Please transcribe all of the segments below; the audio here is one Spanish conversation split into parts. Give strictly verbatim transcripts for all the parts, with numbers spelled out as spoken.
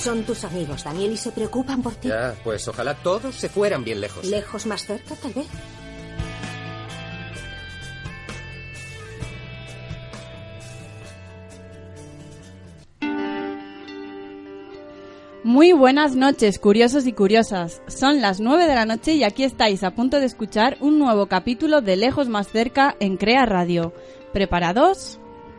Son tus amigos, Daniel, y se preocupan por ti. Ya, pues ojalá todos se fueran bien lejos. ¿Lejos más cerca, tal vez? Muy buenas noches, curiosos y curiosas. Son las nueve de la noche y aquí estáis a punto de escuchar un nuevo capítulo de Lejos más cerca en Crea Radio. ¿Preparados?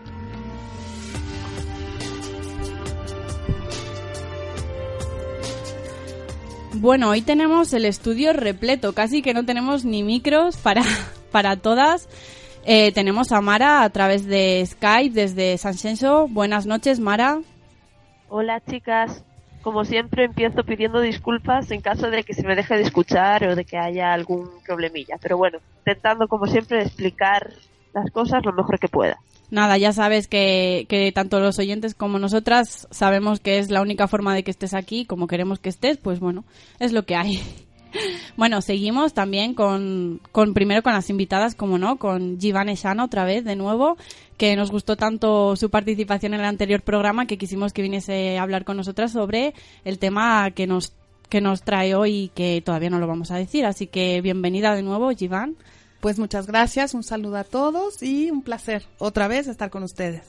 Bueno, hoy tenemos el estudio repleto, casi que no tenemos ni micros para, para todas. Eh, tenemos a Mara a través de Skype desde San Xenxo. Buenas noches, Mara. Hola, chicas. Como siempre, empiezo pidiendo disculpas en caso de que se me deje de escuchar o de que haya algún problemilla. Pero bueno, intentando, como siempre, explicar las cosas lo mejor que pueda. Nada, ya sabes que, que tanto los oyentes como nosotras sabemos que es la única forma de que estés aquí, como queremos que estés, pues bueno, es lo que hay. Bueno, seguimos también con, con primero con las invitadas, como no, con Giovanna Shana otra vez, de nuevo, que nos gustó tanto su participación en el anterior programa que quisimos que viniese a hablar con nosotras sobre el tema que nos, que nos trae hoy y que todavía no lo vamos a decir. Así que bienvenida de nuevo, Giovanna. Pues muchas gracias, un saludo a todos y un placer otra vez estar con ustedes.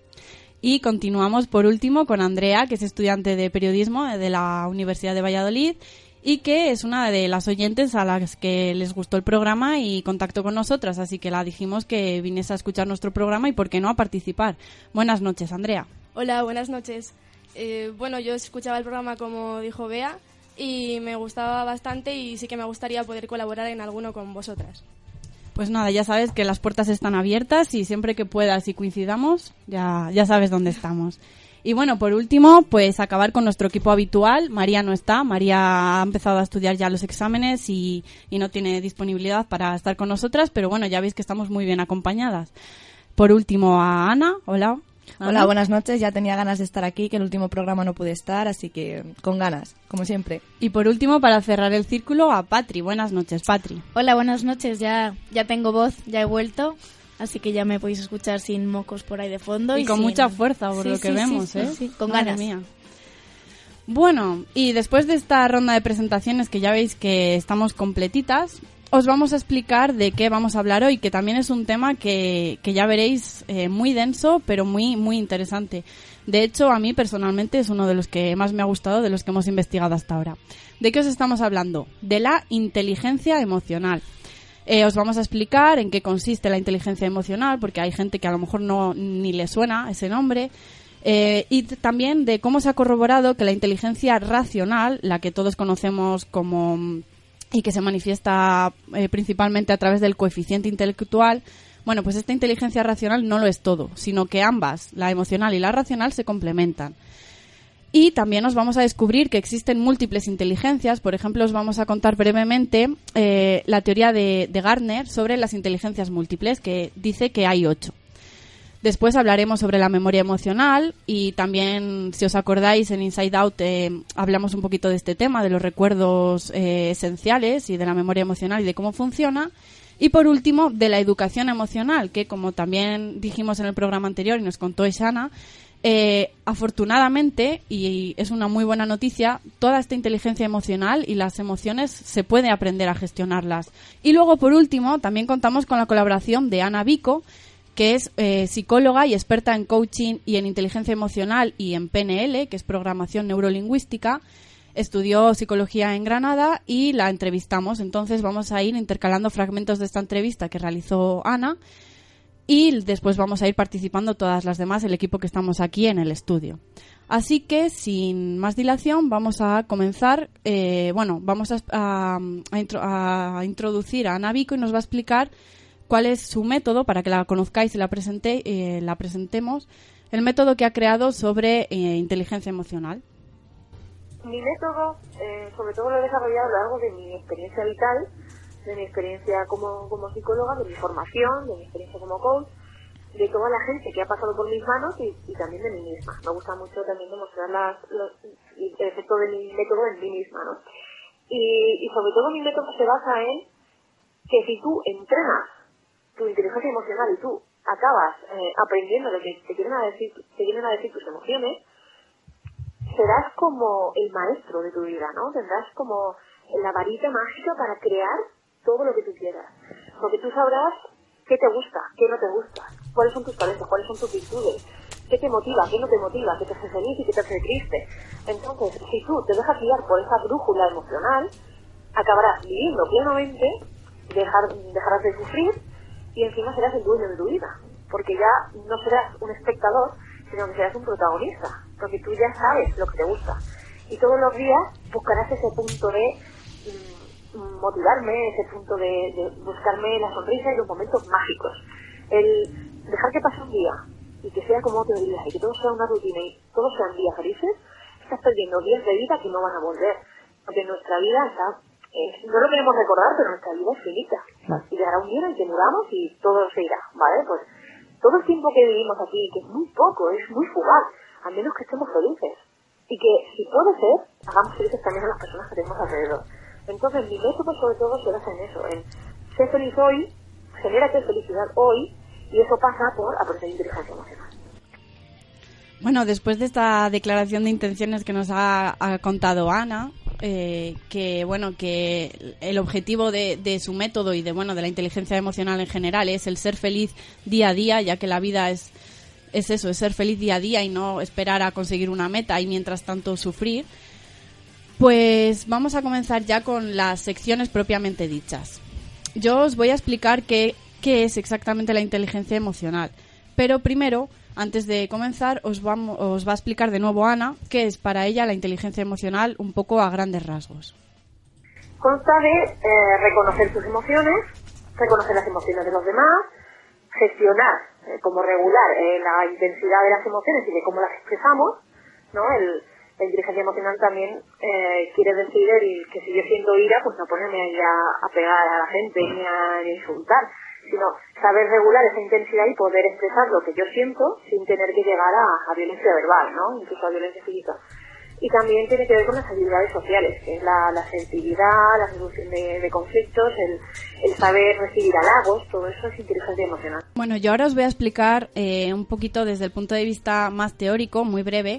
Y continuamos por último con Andrea, que es estudiante de periodismo de la Universidad de Valladolid y que es una de las oyentes a las que les gustó el programa y contactó con nosotras, así que la dijimos que viniese a escuchar nuestro programa y por qué no a participar. Buenas noches, Andrea. Hola, buenas noches. Eh, bueno, yo escuchaba el programa como dijo Bea y me gustaba bastante y sí que me gustaría poder colaborar en alguno con vosotras. Pues nada, ya sabes que las puertas están abiertas y siempre que puedas y coincidamos, ya, ya sabes dónde estamos. Y bueno, por último, pues acabar con nuestro equipo habitual. María no está, María ha empezado a estudiar ya los exámenes y, y no tiene disponibilidad para estar con nosotras, pero bueno, ya veis que estamos muy bien acompañadas. Por último, a Ana. Hola. Ana. Hola, buenas noches. Ya tenía ganas de estar aquí, que el último programa no pude estar, así que con ganas, como siempre. Y por último, para cerrar el círculo, a Patri. Buenas noches, Patri. Hola, buenas noches. Ya, ya tengo voz, ya he vuelto, así que ya me podéis escuchar sin mocos por ahí de fondo. Y, y con sin... mucha fuerza, por sí, lo que sí, vemos, sí, ¿eh? Sí, sí, con Madre ganas. Mía. Bueno, y después de esta ronda de presentaciones que ya veis que estamos completitas, os vamos a explicar de qué vamos a hablar hoy, que también es un tema que, que ya veréis eh, muy denso, pero muy, muy interesante. De hecho, a mí personalmente es uno de los que más me ha gustado de los que hemos investigado hasta ahora. ¿De qué os estamos hablando? De la inteligencia emocional. Eh, os vamos a explicar en qué consiste la inteligencia emocional, porque hay gente que a lo mejor no ni le suena ese nombre. Eh, y t- también de cómo se ha corroborado que la inteligencia racional, la que todos conocemos como y que se manifiesta eh, principalmente a través del coeficiente intelectual, bueno, pues esta inteligencia racional no lo es todo, sino que ambas, la emocional y la racional, se complementan. Y también os vamos a descubrir que existen múltiples inteligencias. Por ejemplo, os vamos a contar brevemente eh, la teoría de, de Gardner sobre las inteligencias múltiples, que dice que hay ocho. Después hablaremos sobre la memoria emocional y también, si os acordáis, en Inside Out eh, hablamos un poquito de este tema, de los recuerdos eh, esenciales y de la memoria emocional y de cómo funciona. Y por último, de la educación emocional, que como también dijimos en el programa anterior y nos contó Shana, eh, afortunadamente, y es una muy buena noticia, toda esta inteligencia emocional y las emociones se puede aprender a gestionarlas. Y luego, por último, también contamos con la colaboración de Ana Vico, que es eh, psicóloga y experta en coaching y en inteligencia emocional y en P N L, que es programación neurolingüística. Estudió psicología en Granada y la entrevistamos. Entonces vamos a ir intercalando fragmentos de esta entrevista que realizó Ana y después vamos a ir participando todas las demás, el equipo que estamos aquí en el estudio. Así que, sin más dilación, vamos a comenzar. Eh, bueno, vamos a, a, a, intro, a introducir a Ana Vico y nos va a explicar cuál es su método para que la conozcáis y la, presente, eh, la presentemos, el método que ha creado sobre eh, inteligencia emocional. Mi método, eh, sobre todo lo he desarrollado a lo largo de mi experiencia vital, de mi experiencia como, como psicóloga, de mi formación, de mi experiencia como coach, de toda la gente que ha pasado por mis manos y, y también de mí misma. Me gusta mucho también demostrar las, los, el efecto de mi método en mí misma, ¿no? Y, y sobre todo mi método se basa en que si tú entrenas tu inteligencia emocional y tú acabas eh, aprendiendo lo que te quieren a decir, te quieren a decir tus emociones, serás como el maestro de tu vida, ¿no? Tendrás como la varita mágica para crear todo lo que tú quieras. Porque tú sabrás qué te gusta, qué no te gusta, cuáles son tus talentos, cuáles son tus virtudes, qué te motiva, qué no te motiva, qué te hace feliz y qué te hace triste. Entonces, si tú te dejas guiar por esa brújula emocional, acabarás viviendo plenamente, dejar, dejarás de sufrir y encima serás el dueño de tu vida. Porque ya no serás un espectador, sino que serás un protagonista. Porque tú ya sabes lo que te gusta. Y todos los días buscarás ese punto de mmm, motivarme, ese punto de, de buscarme la sonrisa y los momentos mágicos. El dejar que pase un día y que sea como otro día y que todo sea una rutina y todos sean días felices, estás perdiendo días de vida que no van a volver. Porque nuestra vida está, eh, no lo queremos recordar, pero nuestra vida es finita. Y llegará un día en el que muramos y todo se irá, ¿vale? Pues todo el tiempo que vivimos aquí, que es muy poco, es muy fugaz, a menos que estemos felices. Y que, si puede ser, hagamos felices también a las personas que tenemos alrededor. Entonces, mi método sobre todo se basa en eso, en ser feliz hoy, genérate felicidad hoy, y eso pasa por aprender inteligencia emocional. Bueno, después de esta declaración de intenciones que nos ha, ha contado Ana, eh, que bueno, que el objetivo de, de su método y de bueno de la inteligencia emocional en general es el ser feliz día a día, ya que la vida es es eso, es ser feliz día a día y no esperar a conseguir una meta y mientras tanto sufrir. Pues vamos a comenzar ya con las secciones propiamente dichas. Yo os voy a explicar qué, qué es exactamente la inteligencia emocional, pero primero, antes de comenzar, os, vamos, os va a explicar de nuevo Ana qué es para ella la inteligencia emocional un poco a grandes rasgos. Consta de eh, reconocer tus emociones, reconocer las emociones de los demás, gestionar, eh, como regular eh, la intensidad de las emociones y de cómo las expresamos, ¿no? El, la inteligencia emocional también eh, quiere decir el que si yo siento ira, pues no ponerme ahí a, a pegar a la gente ni a, ni a insultar, sino saber regular esa intensidad y poder expresar lo que yo siento sin tener que llegar a, a violencia verbal, ¿no? Incluso a violencia física. Y también tiene que ver con las habilidades sociales, que es la, la sensibilidad, la resolución de, de conflictos, el, el saber recibir halagos, todo eso es inteligencia emocional. Bueno, yo ahora os voy a explicar eh, un poquito desde el punto de vista más teórico, muy breve,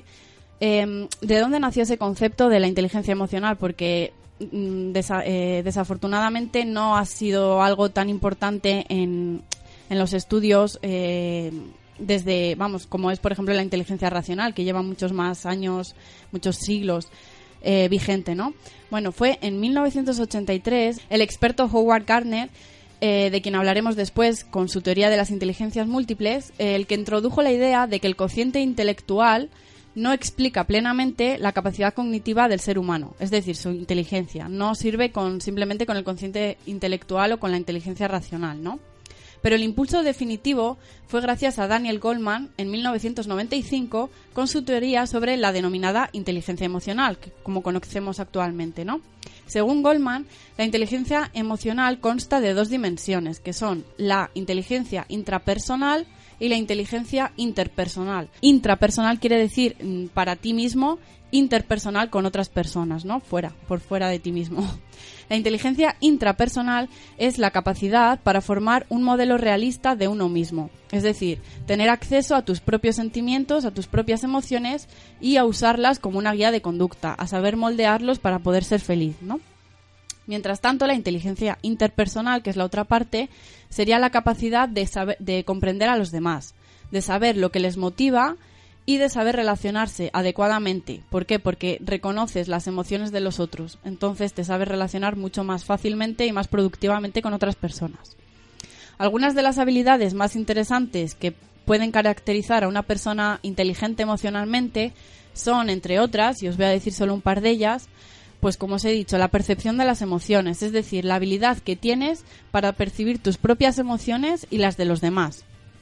eh, de dónde nació ese concepto de la inteligencia emocional, porque mm, desa, eh, desafortunadamente no ha sido algo tan importante en, en los estudios eh, desde, vamos, como es por ejemplo la inteligencia racional, que lleva muchos más años, muchos siglos eh, vigente, ¿no? Bueno, fue en mil novecientos ochenta y tres el experto Howard Gardner, eh, de quien hablaremos después con su teoría de las inteligencias múltiples, eh, el que introdujo la idea de que el cociente intelectual no explica plenamente la capacidad cognitiva del ser humano, es decir, su inteligencia. No sirve con simplemente con el cociente intelectual o con la inteligencia racional, ¿no? Pero el impulso definitivo fue gracias a Daniel Goleman en mil novecientos noventa y cinco con su teoría sobre la denominada inteligencia emocional, que como conocemos actualmente, ¿no? Según Goleman, la inteligencia emocional consta de dos dimensiones, que son la inteligencia intrapersonal y la inteligencia interpersonal. Intrapersonal quiere decir para ti mismo, interpersonal con otras personas, ¿no? Fuera, por fuera de ti mismo. La inteligencia intrapersonal es la capacidad para formar un modelo realista de uno mismo, es decir, tener acceso a tus propios sentimientos, a tus propias emociones y a usarlas como una guía de conducta, a saber moldearlos para poder ser feliz, ¿no? Mientras tanto, la inteligencia interpersonal, que es la otra parte, sería la capacidad de saber, de comprender a los demás, de saber lo que les motiva y de saber relacionarse adecuadamente. ¿Por qué? Porque reconoces las emociones de los otros, entonces te sabes relacionar mucho más fácilmente y más productivamente con otras personas. Algunas de las habilidades más interesantes que pueden caracterizar a una persona inteligente emocionalmente son, entre otras, y os voy a decir solo un par de ellas, pues como os he dicho, la percepción de las emociones, es decir, la habilidad que tienes para percibir tus propias emociones y las de los demás.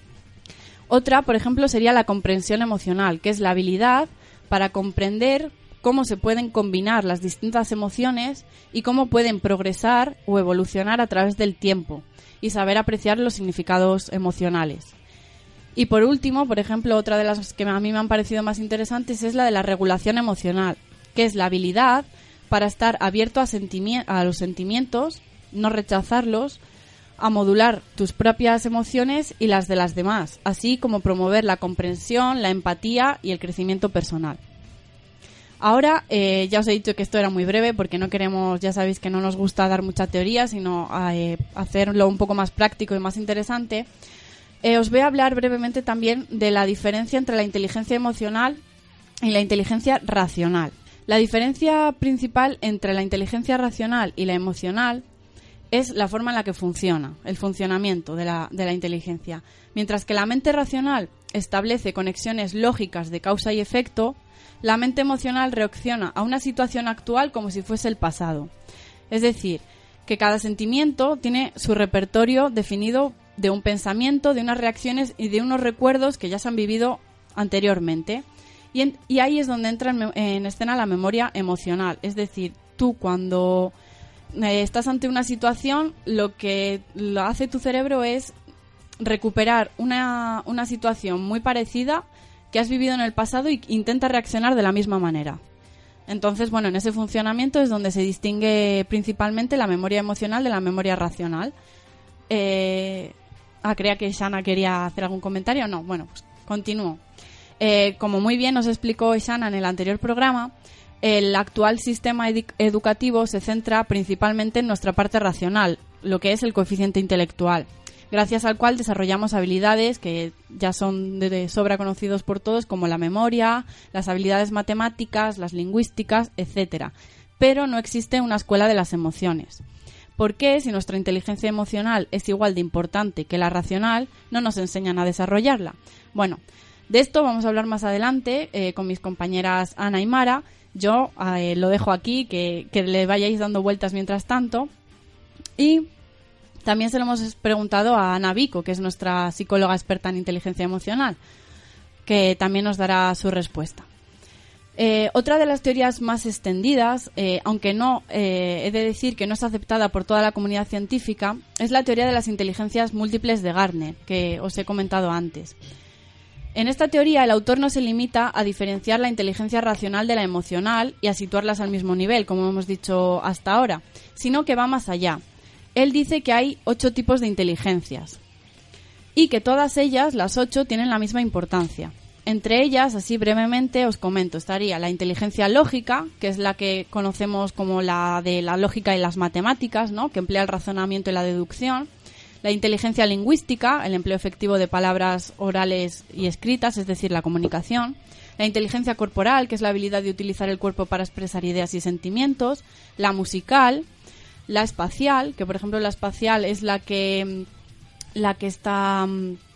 Otra, por ejemplo, sería la comprensión emocional, que es la habilidad para comprender cómo se pueden combinar las distintas emociones y cómo pueden progresar o evolucionar a través del tiempo y saber apreciar los significados emocionales. Y por último, por ejemplo, otra de las que a mí me han parecido más interesantes es la de la regulación emocional, que es la habilidad para estar abierto a, sentimi- a los sentimientos, no rechazarlos, a modular tus propias emociones y las de las demás, así como promover la comprensión, la empatía y el crecimiento personal. Ahora, eh, ya os he dicho que esto era muy breve porque no queremos, ya sabéis que no nos gusta dar mucha teoría, sino eh, hacerlo un poco más práctico y más interesante. Eh, os voy a hablar brevemente también de la diferencia entre la inteligencia emocional y la inteligencia racional. La diferencia principal entre la inteligencia racional y la emocional es la forma en la que funciona, el funcionamiento de la, de la inteligencia. Mientras que la mente racional establece conexiones lógicas de causa y efecto, la mente emocional reacciona a una situación actual como si fuese el pasado. Es decir, que cada sentimiento tiene su repertorio definido de un pensamiento, de unas reacciones y de unos recuerdos que ya se han vivido anteriormente. Y, en, y ahí es donde entra en, en escena la memoria emocional. Es decir, tú cuando eh, estás ante una situación, lo que lo hace tu cerebro es recuperar una, una situación muy parecida que has vivido en el pasado e intenta reaccionar de la misma manera. Entonces, bueno, en ese funcionamiento es donde se distingue principalmente la memoria emocional de la memoria racional. Eh, ah, creía que Shana quería hacer algún comentario. No, bueno, pues continúo. Eh, como muy bien nos explicó Shana en el anterior programa, el actual sistema edu- educativo se centra principalmente en nuestra parte racional, lo que es el coeficiente intelectual, gracias al cual desarrollamos habilidades que ya son de, de sobra conocidos por todos, como la memoria, las habilidades matemáticas, las lingüísticas, etcétera. Pero no existe una escuela de las emociones. ¿Por qué, si nuestra inteligencia emocional es igual de importante que la racional, no nos enseñan a desarrollarla? Bueno, de esto vamos a hablar más adelante eh, con mis compañeras Ana y Mara. Yo eh, lo dejo aquí, que, que le vayáis dando vueltas mientras tanto. Y también se lo hemos preguntado a Ana Vico, que es nuestra psicóloga experta en inteligencia emocional, que también nos dará su respuesta. Eh, otra de las teorías más extendidas, eh, aunque no eh, he de decir que no es aceptada por toda la comunidad científica, es la teoría de las inteligencias múltiples de Gardner, que os he comentado antes. En esta teoría, el autor no se limita a diferenciar la inteligencia racional de la emocional y a situarlas al mismo nivel, como hemos dicho hasta ahora, sino que va más allá. Él dice que hay ocho tipos de inteligencias y que todas ellas, las ocho, tienen la misma importancia. Entre ellas, así brevemente, os comento, estaría la inteligencia lógica, que es la que conocemos como la de la lógica y las matemáticas, ¿no?, que emplea el razonamiento y la deducción. La inteligencia lingüística, el empleo efectivo de palabras orales y escritas, es decir, la comunicación. La inteligencia corporal, que es la habilidad de utilizar el cuerpo para expresar ideas y sentimientos. La musical. La espacial, que por ejemplo la espacial es la que, la que está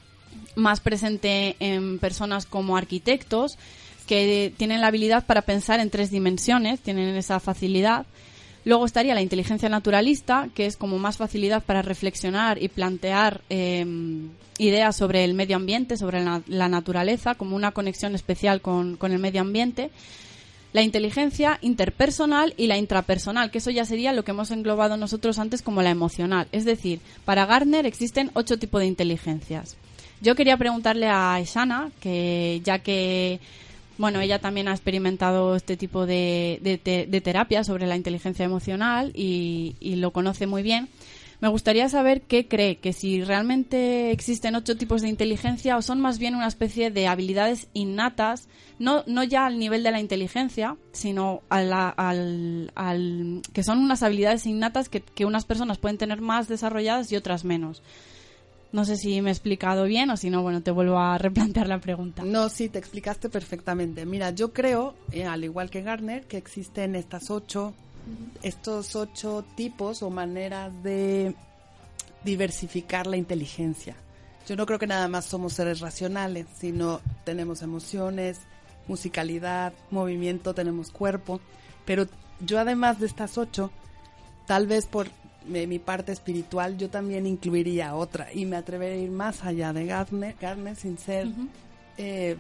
más presente en personas como arquitectos, que tienen la habilidad para pensar en tres dimensiones, tienen esa facilidad. Luego estaría la inteligencia naturalista, que es como más facilidad para reflexionar y plantear eh, ideas sobre el medio ambiente, sobre la, la naturaleza, como una conexión especial con, con el medio ambiente. La inteligencia interpersonal y la intrapersonal, que eso ya sería lo que hemos englobado nosotros antes como la emocional. Es decir, para Gardner existen ocho tipos de inteligencias. Yo quería preguntarle a Shana, que ya que bueno, ella también ha experimentado este tipo de, de, te, de terapia sobre la inteligencia emocional y, y lo conoce muy bien. Me gustaría saber qué cree, que si realmente existen ocho tipos de inteligencia o son más bien una especie de habilidades innatas, no, no ya al nivel de la inteligencia, sino a la, al, al, que son unas habilidades innatas que, que unas personas pueden tener más desarrolladas y otras menos. No sé si me he explicado bien o si no, bueno, te vuelvo a replantear la pregunta. No, sí, te explicaste perfectamente. Mira, yo creo, eh, al igual que Gardner, que existen estas ocho, estos ocho tipos o maneras de diversificar la inteligencia. Yo no creo que nada más somos seres racionales, sino tenemos emociones, musicalidad, movimiento, tenemos cuerpo. Pero yo, además de estas ocho, tal vez por de mi parte espiritual, yo también incluiría otra y me atrevería a ir más allá de Gardner, Gardner sin ser, uh-huh. eh,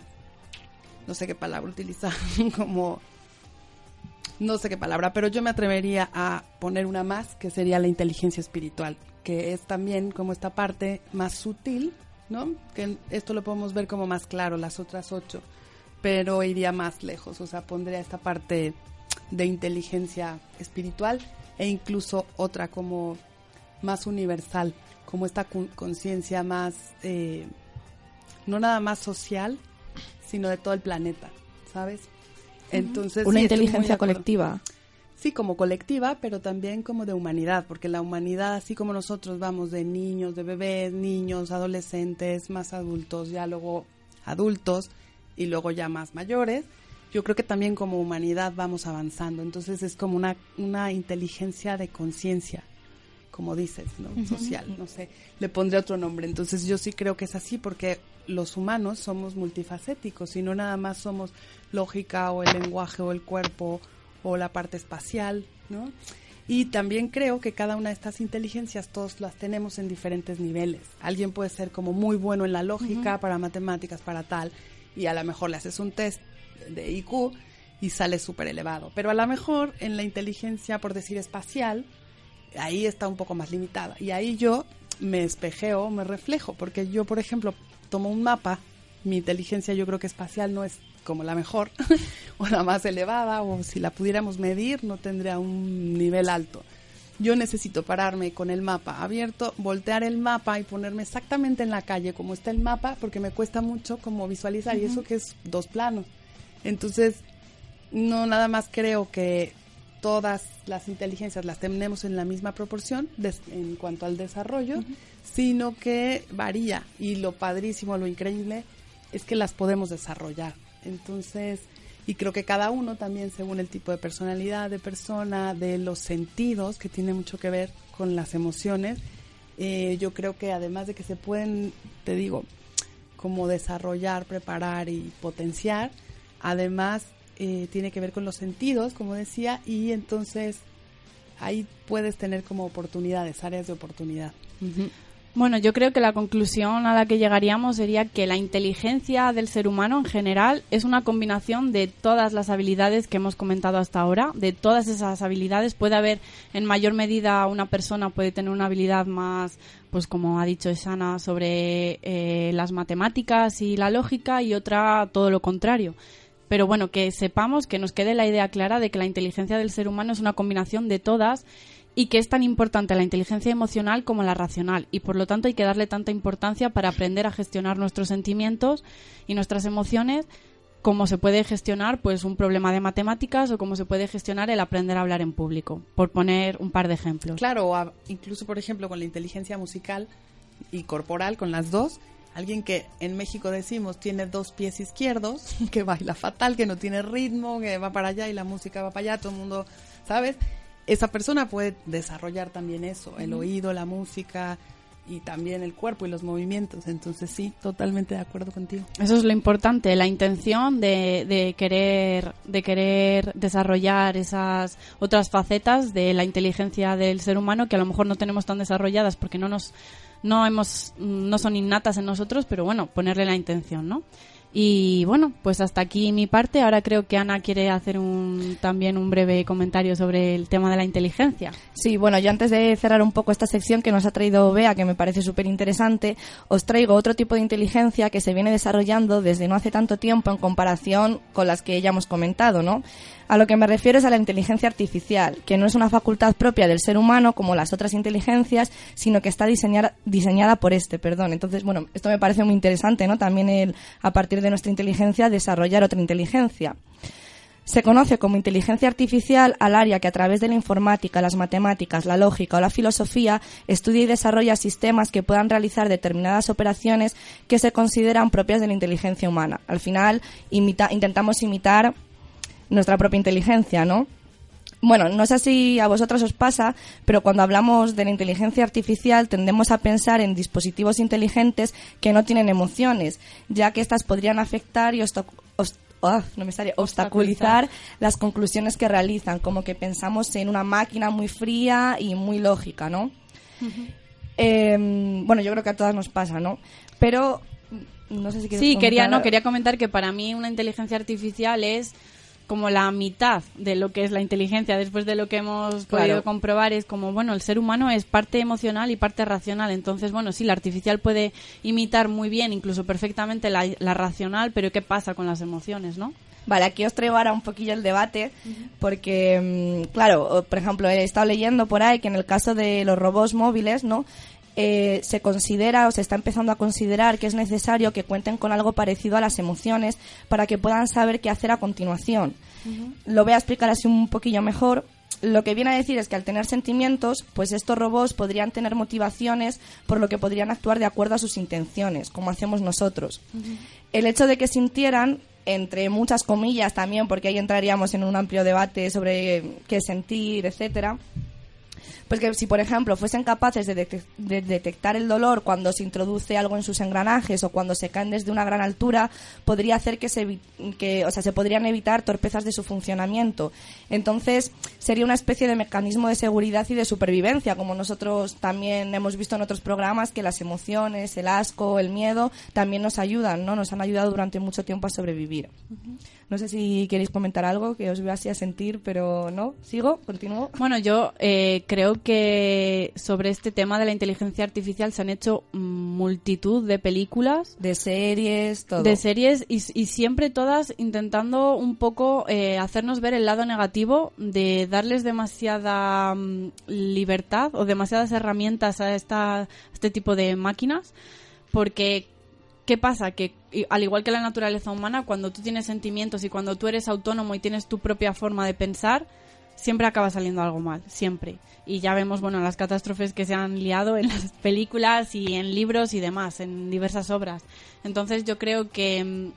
no sé qué palabra utilizar, como, no sé qué palabra, pero yo me atrevería a poner una más, que sería la inteligencia espiritual, que es también como esta parte más sutil, ¿no? Que esto lo podemos ver como más claro, las otras ocho, pero iría más lejos, o sea, pondría esta parte de inteligencia espiritual e incluso otra como más universal, como esta conciencia más, eh, no nada más social, sino de todo el planeta, ¿sabes? Entonces, una sí, inteligencia colectiva. Sí, como colectiva, pero también como de humanidad, porque la humanidad, así como nosotros vamos de niños, de bebés, niños, adolescentes, más adultos, ya luego adultos y luego ya más mayores, yo creo que también como humanidad vamos avanzando. Entonces es como una, una inteligencia de conciencia, como dices, ¿no? Uh-huh. Social, no sé, le pondré otro nombre. Entonces yo sí creo que es así, porque los humanos somos multifacéticos y no nada más somos lógica o el lenguaje o el cuerpo o la parte espacial, ¿no? Y también creo que cada una de estas inteligencias todos las tenemos en diferentes niveles. Alguien puede ser como muy bueno en la lógica, uh-huh. para matemáticas, para tal, y a lo mejor le haces un test de I Q y sale súper elevado. Pero a lo mejor en la inteligencia, por decir espacial, ahí está un poco más limitada. Y ahí yo me espejeo, me reflejo, porque yo, por ejemplo, tomo un mapa, mi inteligencia yo creo que espacial no es como la mejor o la más elevada, o si la pudiéramos medir no tendría un nivel alto. Yo necesito pararme con el mapa abierto, voltear el mapa y ponerme exactamente en la calle como está el mapa, porque me cuesta mucho como visualizar, uh-huh. y eso que es dos planos. Entonces, no nada más creo que todas las inteligencias las tenemos en la misma proporción des, en cuanto al desarrollo, uh-huh. sino que varía, y lo padrísimo, lo increíble es que las podemos desarrollar. Entonces, y creo que cada uno también, según el tipo de personalidad de persona, de los sentidos, que tiene mucho que ver con las emociones, eh, yo creo que además de que se pueden, te digo, como desarrollar, preparar y potenciar, además eh, tiene que ver con los sentidos, como decía, y entonces ahí puedes tener como oportunidades, áreas de oportunidad. Uh-huh. Bueno, yo creo que la conclusión a la que llegaríamos sería que la inteligencia del ser humano en general es una combinación de todas las habilidades que hemos comentado hasta ahora. De todas esas habilidades puede haber, en mayor medida, una persona puede tener una habilidad más, pues como ha dicho Shana, sobre eh, las matemáticas y la lógica, y otra todo lo contrario. Pero bueno, que sepamos, que nos quede la idea clara de que la inteligencia del ser humano es una combinación de todas, y que es tan importante la inteligencia emocional como la racional, y por lo tanto hay que darle tanta importancia para aprender a gestionar nuestros sentimientos y nuestras emociones, como se puede gestionar pues un problema de matemáticas, o como se puede gestionar el aprender a hablar en público, por poner un par de ejemplos. Claro, o a, incluso por ejemplo con la inteligencia musical y corporal, con las dos. Alguien que en México decimos tiene dos pies izquierdos, que baila fatal, que no tiene ritmo, que va para allá y la música va para allá, todo el mundo, ¿sabes? Esa persona puede desarrollar también eso, el oído, la música y también el cuerpo y los movimientos. Entonces sí, totalmente de acuerdo contigo. Eso es lo importante, la intención de, de querer de querer desarrollar esas otras facetas de la inteligencia del ser humano, que a lo mejor no tenemos tan desarrolladas porque no nos no hemos no son innatas en nosotros, pero bueno, ponerle la intención, ¿no? Y bueno, pues hasta aquí mi parte. Ahora creo que Ana quiere hacer un, también un breve comentario sobre el tema de la inteligencia. Sí, bueno, yo antes de cerrar un poco esta sección que nos ha traído Bea, que me parece súper interesante, os traigo otro tipo de inteligencia que se viene desarrollando desde no hace tanto tiempo en comparación con las que ya hemos comentado, ¿no? A lo que me refiero es a la inteligencia artificial, que no es una facultad propia del ser humano como las otras inteligencias, sino que está diseñada, diseñada por este, perdón. Entonces, bueno, esto me parece muy interesante, ¿no? También el, a partir de nuestra inteligencia, desarrollar otra inteligencia. Se conoce como inteligencia artificial al área que a través de la informática, las matemáticas, la lógica o la filosofía estudia y desarrolla sistemas que puedan realizar determinadas operaciones que se consideran propias de la inteligencia humana. Al final, imita, intentamos imitar nuestra propia inteligencia, ¿no? Bueno, no sé si a vosotros os pasa, pero cuando hablamos de la inteligencia artificial tendemos a pensar en dispositivos inteligentes que no tienen emociones, ya que éstas podrían afectar y obstac- obst- oh, no me sale, obstaculizar las conclusiones que realizan, como que pensamos en una máquina muy fría y muy lógica, ¿no? Uh-huh. Eh, bueno, yo creo que a todas nos pasa, ¿no? Pero no sé si quieres Sí, comentar... quería, no, quería comentar que para mí una inteligencia artificial es como la mitad de lo que es la inteligencia. Después de lo que hemos Claro. podido comprobar, es como, bueno, el ser humano es parte emocional y parte racional. Entonces, bueno, sí, la artificial puede imitar muy bien, incluso perfectamente, la, la racional, pero ¿qué pasa con las emociones, no? Vale, aquí os traigo ahora un poquillo el debate, porque, claro, por ejemplo, he estado leyendo por ahí que en el caso de los robots móviles, ¿no?, eh, se considera o se está empezando a considerar que es necesario que cuenten con algo parecido a las emociones para que puedan saber qué hacer a continuación. Uh-huh. Lo voy a explicar así un poquillo mejor. Lo que viene a decir es que al tener sentimientos, pues estos robots podrían tener motivaciones por lo que podrían actuar de acuerdo a sus intenciones, como hacemos nosotros. Uh-huh. El hecho de que sintieran, entre muchas comillas también, porque ahí entraríamos en un amplio debate sobre qué sentir, etcétera. Pues que si, por ejemplo, fuesen capaces de, de, de detectar el dolor cuando se introduce algo en sus engranajes o cuando se caen desde una gran altura, podría hacer que se, que, o sea, se podrían evitar torpezas de su funcionamiento. Entonces, sería una especie de mecanismo de seguridad y de supervivencia, como nosotros también hemos visto en otros programas, que las emociones, el asco, el miedo, también nos ayudan, ¿no? Nos han ayudado durante mucho tiempo a sobrevivir. Uh-huh. No sé si queréis comentar algo, que os veo así a sentir, pero no. ¿Sigo? ¿Continúo? Bueno, yo eh, creo que sobre este tema de la inteligencia artificial se han hecho multitud de películas. De series, todo. De series y, y siempre todas intentando un poco eh, hacernos ver el lado negativo de darles demasiada um, libertad o demasiadas herramientas a, esta, a este tipo de máquinas, porque ¿qué pasa? Que al igual que la naturaleza humana, cuando tú tienes sentimientos y cuando tú eres autónomo y tienes tu propia forma de pensar, siempre acaba saliendo algo mal, siempre. Y ya vemos, bueno, las catástrofes que se han liado en las películas y en libros y demás, en diversas obras. Entonces yo creo que mmm,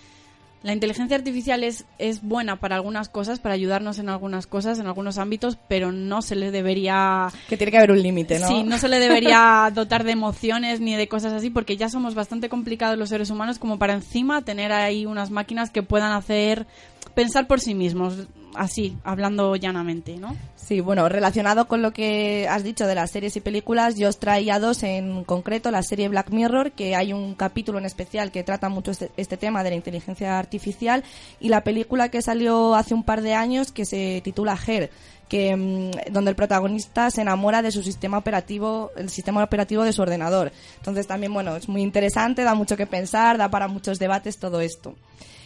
la inteligencia artificial es, es buena para algunas cosas, para ayudarnos en algunas cosas, en algunos ámbitos, pero no se le debería... Que tiene que haber un límite, ¿no? Sí, no se le debería dotar de emociones ni de cosas así, porque ya somos bastante complicados los seres humanos como para encima tener ahí unas máquinas que puedan hacer pensar por sí mismos, así, hablando llanamente, ¿no? Sí, bueno, relacionado con lo que has dicho de las series y películas, yo os traía dos en concreto, la serie Black Mirror, que hay un capítulo en especial que trata mucho este, este tema de la inteligencia artificial, y la película que salió hace un par de años que se titula Her, que mmm, donde el protagonista se enamora de su sistema operativo, el sistema operativo de su ordenador. Entonces también, bueno, es muy interesante, da mucho que pensar, da para muchos debates todo esto.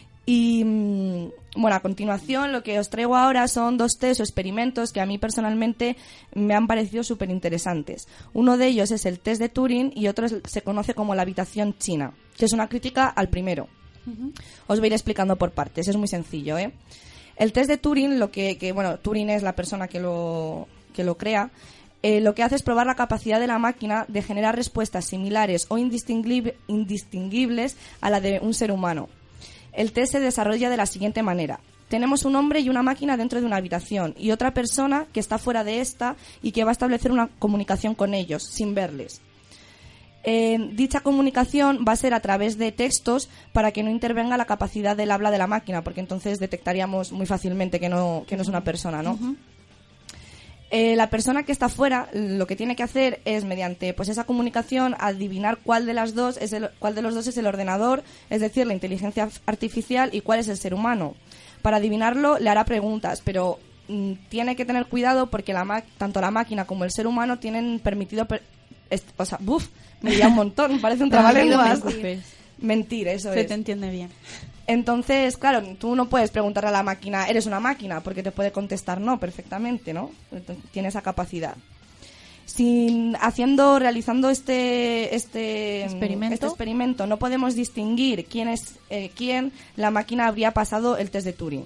Y bueno, a continuación lo que os traigo ahora son dos test o experimentos que a mí personalmente me han parecido súper interesantes. Uno de ellos es el test de Turing y otro es, se conoce como la habitación china, que es una crítica al primero. Uh-huh. Os voy a ir explicando por partes, es muy sencillo, ¿eh? El test de Turing, lo que, que bueno, Turing es la persona que lo, que lo crea. Eh, lo que hace es probar la capacidad de la máquina de generar respuestas similares o indistinguibles, indistinguibles a la de un ser humano. El test se desarrolla de la siguiente manera. Tenemos un hombre y una máquina dentro de una habitación y otra persona que está fuera de esta y que va a establecer una comunicación con ellos, sin verles. Eh, dicha comunicación va a ser a través de textos para que no intervenga la capacidad del habla de la máquina, porque entonces detectaríamos muy fácilmente que no, que no es una persona, ¿no? Uh-huh. Eh, la persona que está fuera lo que tiene que hacer es, mediante pues esa comunicación, adivinar cuál de las dos es el, cuál de los dos es el ordenador, es decir, la inteligencia artificial, y cuál es el ser humano. Para adivinarlo le hará preguntas, pero mm, tiene que tener cuidado porque la ma- tanto la máquina como el ser humano tienen permitido per- est- o sea, buf, me lía un montón, parece un trabalenguas. Mentir. Mentir, eso Se es. te entiende bien. Entonces, claro, tú no puedes preguntarle a la máquina, ¿eres una máquina? Porque te puede contestar no perfectamente, ¿no? Entonces, tiene esa capacidad. Sin, haciendo, realizando este, este, ¿Experimento? este experimento, no podemos distinguir quién es eh, quién, la máquina habría pasado el test de Turing.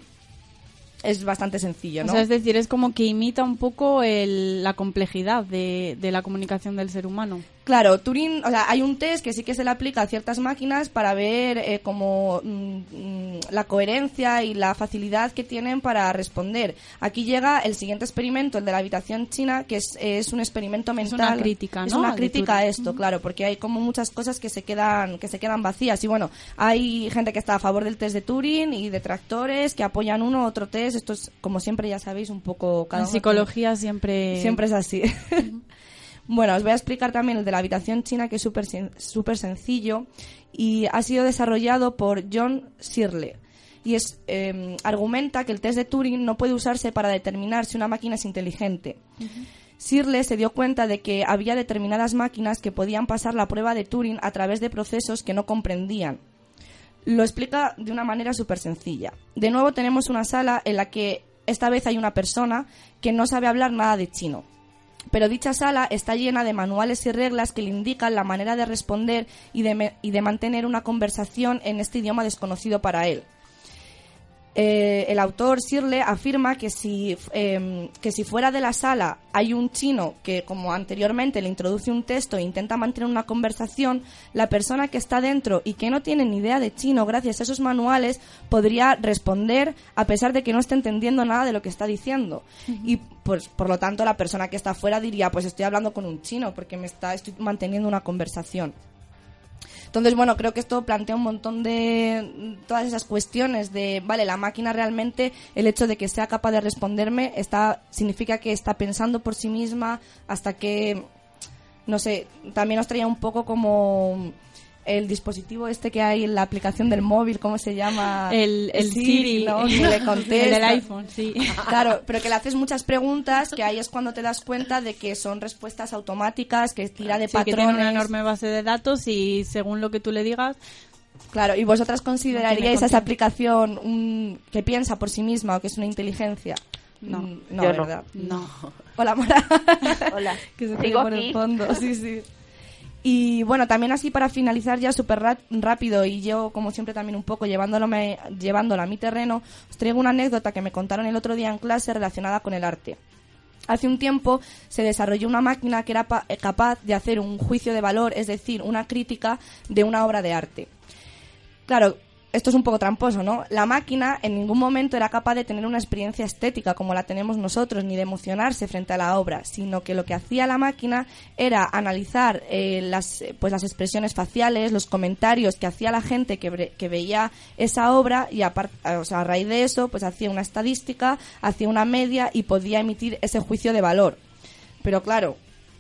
Es bastante sencillo, ¿no? O sea, es decir, es como que imita un poco el, la complejidad de, de la comunicación del ser humano. Claro, Turing, o sea, hay un test que sí que se le aplica a ciertas máquinas para ver eh, como mm, la coherencia y la facilidad que tienen para responder. Aquí llega el siguiente experimento, el de la habitación china, que es, es un experimento mental. Es una crítica, ¿no? Es una crítica a esto, claro, porque hay como muchas cosas que se quedan que se quedan vacías. Y bueno, hay gente que está a favor del test de Turing y detractores que apoyan uno u otro test. Esto es, como siempre, ya sabéis, un poco cada En uno psicología tiene... siempre... Siempre es así. Uh-huh. Bueno, os voy a explicar también el de la habitación china, que es súper súper sencillo y ha sido desarrollado por John Searle. Y es eh, argumenta que el test de Turing no puede usarse para determinar si una máquina es inteligente. Uh-huh. Searle se dio cuenta de que había determinadas máquinas que podían pasar la prueba de Turing a través de procesos que no comprendían. Lo explica de una manera súper sencilla. De nuevo tenemos una sala en la que esta vez hay una persona que no sabe hablar nada de chino. pero dicha sala está llena de manuales y reglas que le indican la manera de responder y de, me- y de mantener una conversación en este idioma desconocido para él. Eh, el autor Shirley afirma que si, eh, que si fuera de la sala hay un chino que, como anteriormente, le introduce un texto e intenta mantener una conversación, la persona que está dentro y que no tiene ni idea de chino, gracias a esos manuales, podría responder a pesar de que no esté entendiendo nada de lo que está diciendo. Uh-huh. Y pues, por lo tanto, la persona que está afuera diría, pues estoy hablando con un chino porque me está, estoy manteniendo una conversación. Entonces, bueno, creo que esto plantea un montón de todas esas cuestiones de, vale, la máquina realmente, el hecho de que sea capaz de responderme, está significa que está pensando por sí misma, hasta que, no sé, también nos traía un poco como el dispositivo este que hay en la aplicación del móvil, ¿cómo se llama? El, el Siri, Siri, ¿no? Que le contesta. El del iPhone, sí. Claro, pero que le haces muchas preguntas, que ahí es cuando te das cuenta de que son respuestas automáticas, que tira de sí, patrones. Que tiene una enorme base de datos y según lo que tú le digas... Claro, ¿y vosotras consideraríais no esa aplicación un, que piensa por sí misma o que es una inteligencia? No, no, yo ¿verdad? No. no. Hola, Mara. Hola. Que se Sigo por aquí. el fondo, sí, sí. Y bueno, también así para finalizar ya súper ra- rápido y yo como siempre también un poco llevándolo, me, llevándolo a mi terreno, os traigo una anécdota que me contaron el otro día en clase relacionada con el arte. Hace un tiempo se desarrolló una máquina que era pa- capaz de hacer un juicio de valor, es decir, una crítica de una obra de arte. Claro, esto es un poco tramposo, ¿no? La máquina en ningún momento era capaz de tener una experiencia estética como la tenemos nosotros, ni de emocionarse frente a la obra, sino que lo que hacía la máquina era analizar eh, las, pues las expresiones faciales, los comentarios que hacía la gente que, bre- que veía esa obra y apart- o sea, a raíz de eso pues hacía una estadística, hacía una media y podía emitir ese juicio de valor. Pero claro,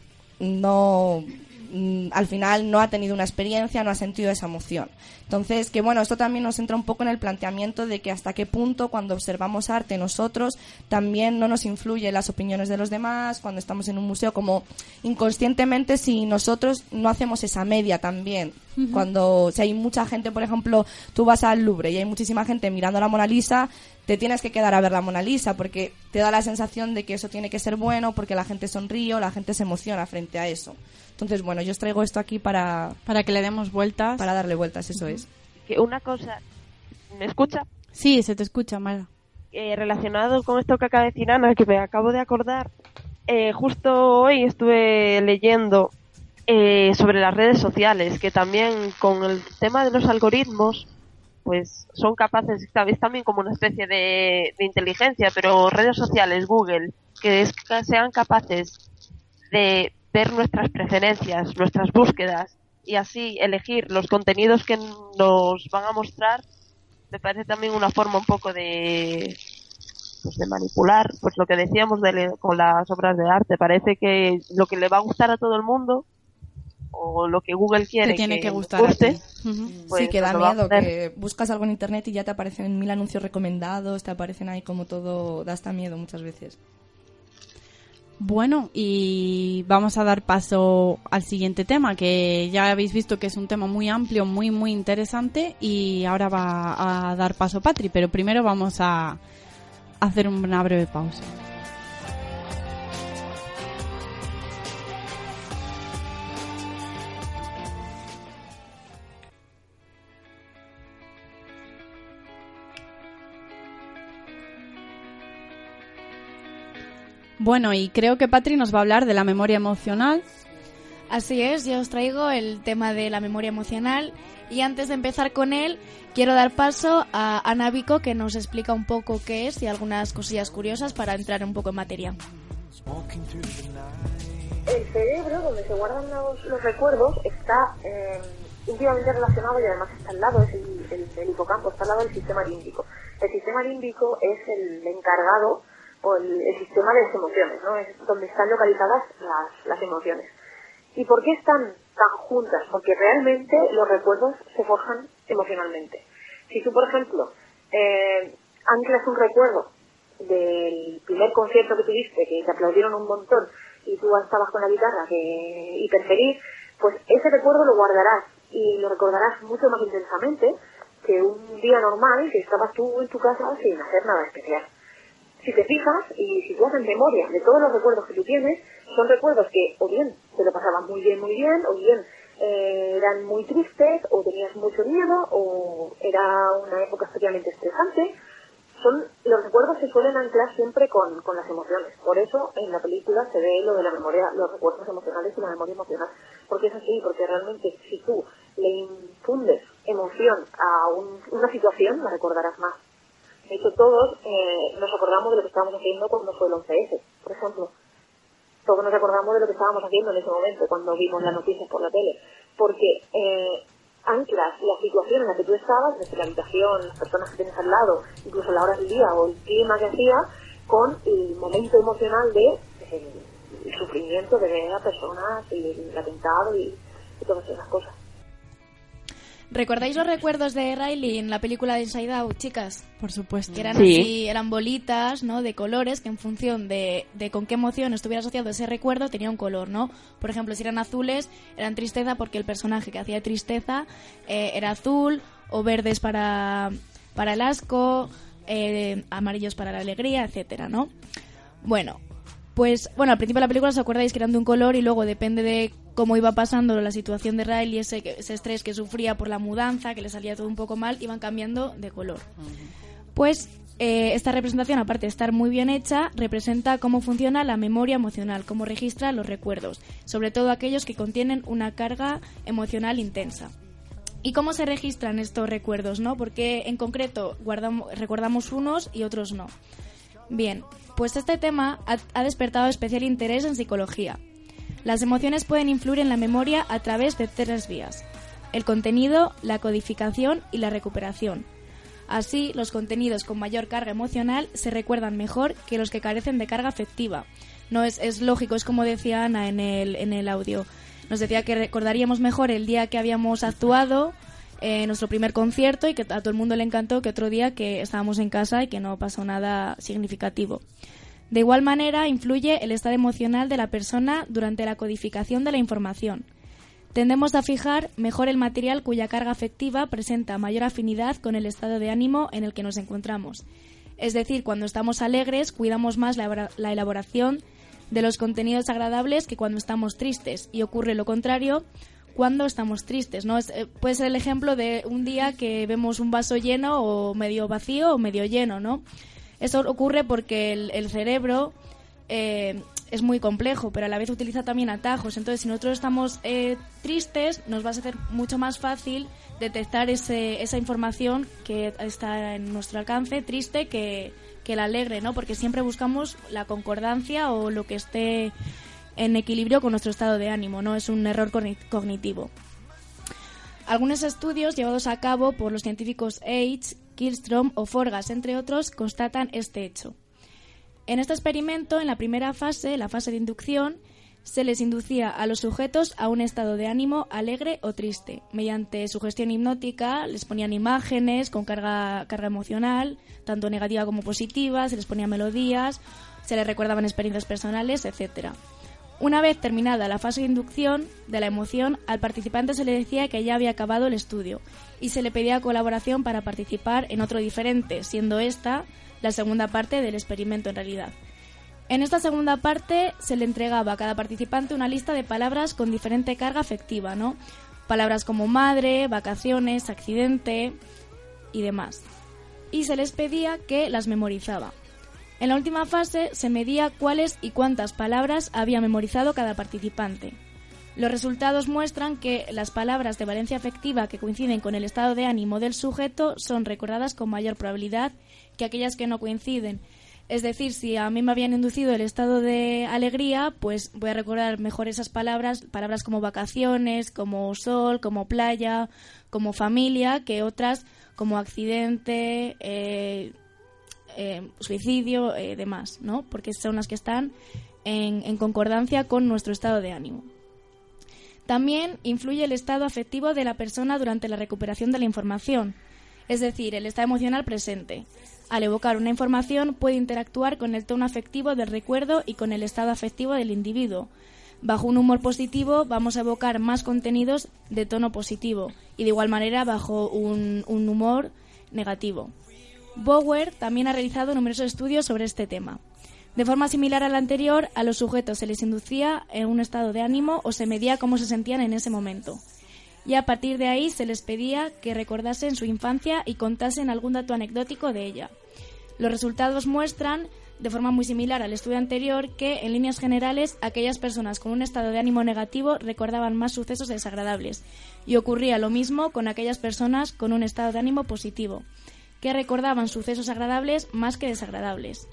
no... al final no ha tenido una experiencia, no ha sentido esa emoción. Entonces, que bueno, esto también nos entra un poco en el planteamiento de que hasta qué punto cuando observamos arte nosotros también no nos influye las opiniones de los demás, cuando estamos en un museo, como inconscientemente si nosotros no hacemos esa media también. Uh-huh. Cuando, si hay mucha gente, por ejemplo, tú vas al Louvre y hay muchísima gente mirando la Mona Lisa, te tienes que quedar a ver la Mona Lisa porque te da la sensación de que eso tiene que ser bueno porque la gente sonríe o la gente se emociona frente a eso. Entonces, bueno, yo os traigo esto aquí para... Para que le demos vueltas. Para darle vueltas, eso es. Que una cosa... ¿Me escucha? Sí, se te escucha, Mara. Eh, relacionado con esto que acaba de decir Ana, que me acabo de acordar, eh, justo hoy estuve leyendo eh, sobre las redes sociales, que también con el tema de los algoritmos, pues son capaces, es también como una especie de, de inteligencia, pero redes sociales, Google, que, es, que sean capaces de ver nuestras preferencias, nuestras búsquedas y así elegir los contenidos que nos van a mostrar, me parece también una forma un poco de pues de manipular, pues lo que decíamos de, con las obras de arte, parece que lo que le va a gustar a todo el mundo o lo que Google quiere te tiene que, que gustar guste, a ti. Uh-huh. Pues sí, que da miedo, que buscas algo en internet y ya te aparecen mil anuncios recomendados, te aparecen ahí como todo, da hasta miedo muchas veces. Bueno, y vamos a dar paso al siguiente tema, que ya habéis visto que es un tema muy amplio, muy, muy interesante, y ahora va a dar paso Patri, pero primero vamos a hacer una breve pausa. Bueno, y creo que Patri nos va a hablar de la memoria emocional. Así es, yo os traigo el tema de la memoria emocional y antes de empezar con él quiero dar paso a Ana Vico, que nos explica un poco qué es y algunas cosillas curiosas para entrar un poco en materia. El cerebro, donde se guardan los, los recuerdos, está eh, íntimamente relacionado y además está al lado, es el, el, el hipocampo, está al lado del sistema límbico. El sistema límbico es el encargado o el, el sistema de las emociones, ¿no? Es donde están localizadas las, las emociones. ¿Y por qué están tan juntas? Porque realmente los recuerdos se forjan emocionalmente. Si tú, por ejemplo, eh, anclas un recuerdo del primer concierto que tuviste, que te aplaudieron un montón, y tú estabas con la guitarra que hiperfeliz, pues ese recuerdo lo guardarás y lo recordarás mucho más intensamente que un día normal que estabas tú en tu casa sin hacer nada especial. si te fijas y si tú haces memoria de todos los recuerdos que tú tienes, son recuerdos que o bien te lo pasabas muy bien, muy bien, o bien eh, eran muy tristes, o tenías mucho miedo, o era una época especialmente estresante. Son los recuerdos se suelen anclar siempre con, con las emociones. Por eso en la película se ve lo de la memoria, los recuerdos emocionales y la memoria emocional. Porque es así, porque realmente si tú le infundes emoción a un, una situación, la recordarás más. De hecho, todos eh, nos acordamos de lo que estábamos haciendo cuando fue el once ese, por ejemplo. Todos nos acordamos de lo que estábamos haciendo en ese momento, cuando vimos las noticias por la tele. Porque eh, anclas la situación en la que tú estabas, desde la habitación, las personas que tienes al lado, incluso la hora del día o el clima que hacía, con el momento emocional de eh, el sufrimiento de ver a personas y el atentado y, y todas esas cosas. ¿Recordáis los recuerdos de Riley en la película de Inside Out, chicas? Por supuesto. Que eran sí. así, eran bolitas, ¿no? De colores que en función de, de con qué emoción estuviera asociado ese recuerdo tenía un color, ¿no? Por ejemplo, si eran azules, eran tristeza porque el personaje que hacía tristeza eh, era azul, o verdes para, para el asco, eh, amarillos para la alegría, etcétera, ¿no? Bueno, pues, bueno, al principio de la película os acordáis que eran de un color y luego depende de cómo iba pasando la situación de Riley, ese, ese estrés que sufría por la mudanza, que le salía todo un poco mal, iban cambiando de color. Uh-huh. Pues eh, esta representación, aparte de estar muy bien hecha, representa cómo funciona la memoria emocional, cómo registra los recuerdos, sobre todo aquellos que contienen una carga emocional intensa. ¿Y cómo se registran estos recuerdos, no? Porque en concreto guardamos, recordamos unos y otros no. Bien, pues este tema ha, ha despertado especial interés en psicología. Las emociones pueden influir en la memoria a través de tres vías: el contenido, la codificación y la recuperación. Así, los contenidos con mayor carga emocional se recuerdan mejor que los que carecen de carga afectiva. No es, es lógico, es como decía Ana en el, en el audio. Nos decía que recordaríamos mejor el día que habíamos actuado en nuestro primer concierto y que a todo el mundo le encantó que otro día que estábamos en casa y que no pasó nada significativo. De igual manera, influye el estado emocional de la persona durante la codificación de la información. Tendemos a fijar mejor el material cuya carga afectiva presenta mayor afinidad con el estado de ánimo en el que nos encontramos. Es decir, cuando estamos alegres, cuidamos más la, la elaboración de los contenidos agradables que cuando estamos tristes, y ocurre lo contrario cuando estamos tristes, ¿no? Es, eh, puede ser el ejemplo de un día que vemos un vaso lleno o medio vacío o medio lleno, ¿no? Eso ocurre porque el, el cerebro eh, es muy complejo, pero a la vez utiliza también atajos. Entonces, si nosotros estamos eh, tristes, nos va a ser mucho más fácil detectar ese, esa información que está en nuestro alcance, triste, que, que la alegre, ¿no? Porque siempre buscamos la concordancia o lo que esté en equilibrio con nuestro estado de ánimo, ¿no? Es un error cognitivo. Algunos estudios llevados a cabo por los científicos H, Killstrom o Forgas, entre otros, constatan este hecho. En este experimento, en la primera fase, la fase de inducción, se les inducía a los sujetos a un estado de ánimo alegre o triste. Mediante sugestión hipnótica les ponían imágenes con carga, carga emocional, tanto negativa como positiva, se les ponían melodías, se les recordaban experiencias personales, etcétera. Una vez terminada la fase de inducción de la emoción, al participante se le decía que ya había acabado el estudio y se le pedía colaboración para participar en otro diferente, siendo esta la segunda parte del experimento en realidad. En esta segunda parte se le entregaba a cada participante una lista de palabras con diferente carga afectiva, ¿no? Palabras como madre, vacaciones, accidente y demás. Y se les pedía que las memorizaba. En la última fase se medía cuáles y cuántas palabras había memorizado cada participante. Los resultados muestran que las palabras de valencia afectiva que coinciden con el estado de ánimo del sujeto son recordadas con mayor probabilidad que aquellas que no coinciden. Es decir, si a mí me habían inducido el estado de alegría, pues voy a recordar mejor esas palabras, palabras como vacaciones, como sol, como playa, como familia, que otras como accidente, eh, eh, suicidio, eh, demás, ¿no? Porque son las que están en, en concordancia con nuestro estado de ánimo. También influye el estado afectivo de la persona durante la recuperación de la información, es decir, el estado emocional presente. Al evocar una información puede interactuar con el tono afectivo del recuerdo y con el estado afectivo del individuo. Bajo un humor positivo vamos a evocar más contenidos de tono positivo y de igual manera bajo un, un humor negativo. Bower también ha realizado numerosos estudios sobre este tema. De forma similar a la anterior, a los sujetos se les inducía en un estado de ánimo o se medía cómo se sentían en ese momento. Y a partir de ahí se les pedía que recordasen su infancia y contasen algún dato anecdótico de ella. Los resultados muestran, de forma muy similar al estudio anterior, que en líneas generales aquellas personas con un estado de ánimo negativo recordaban más sucesos desagradables, y ocurría lo mismo con aquellas personas con un estado de ánimo positivo, que recordaban sucesos agradables más que desagradables.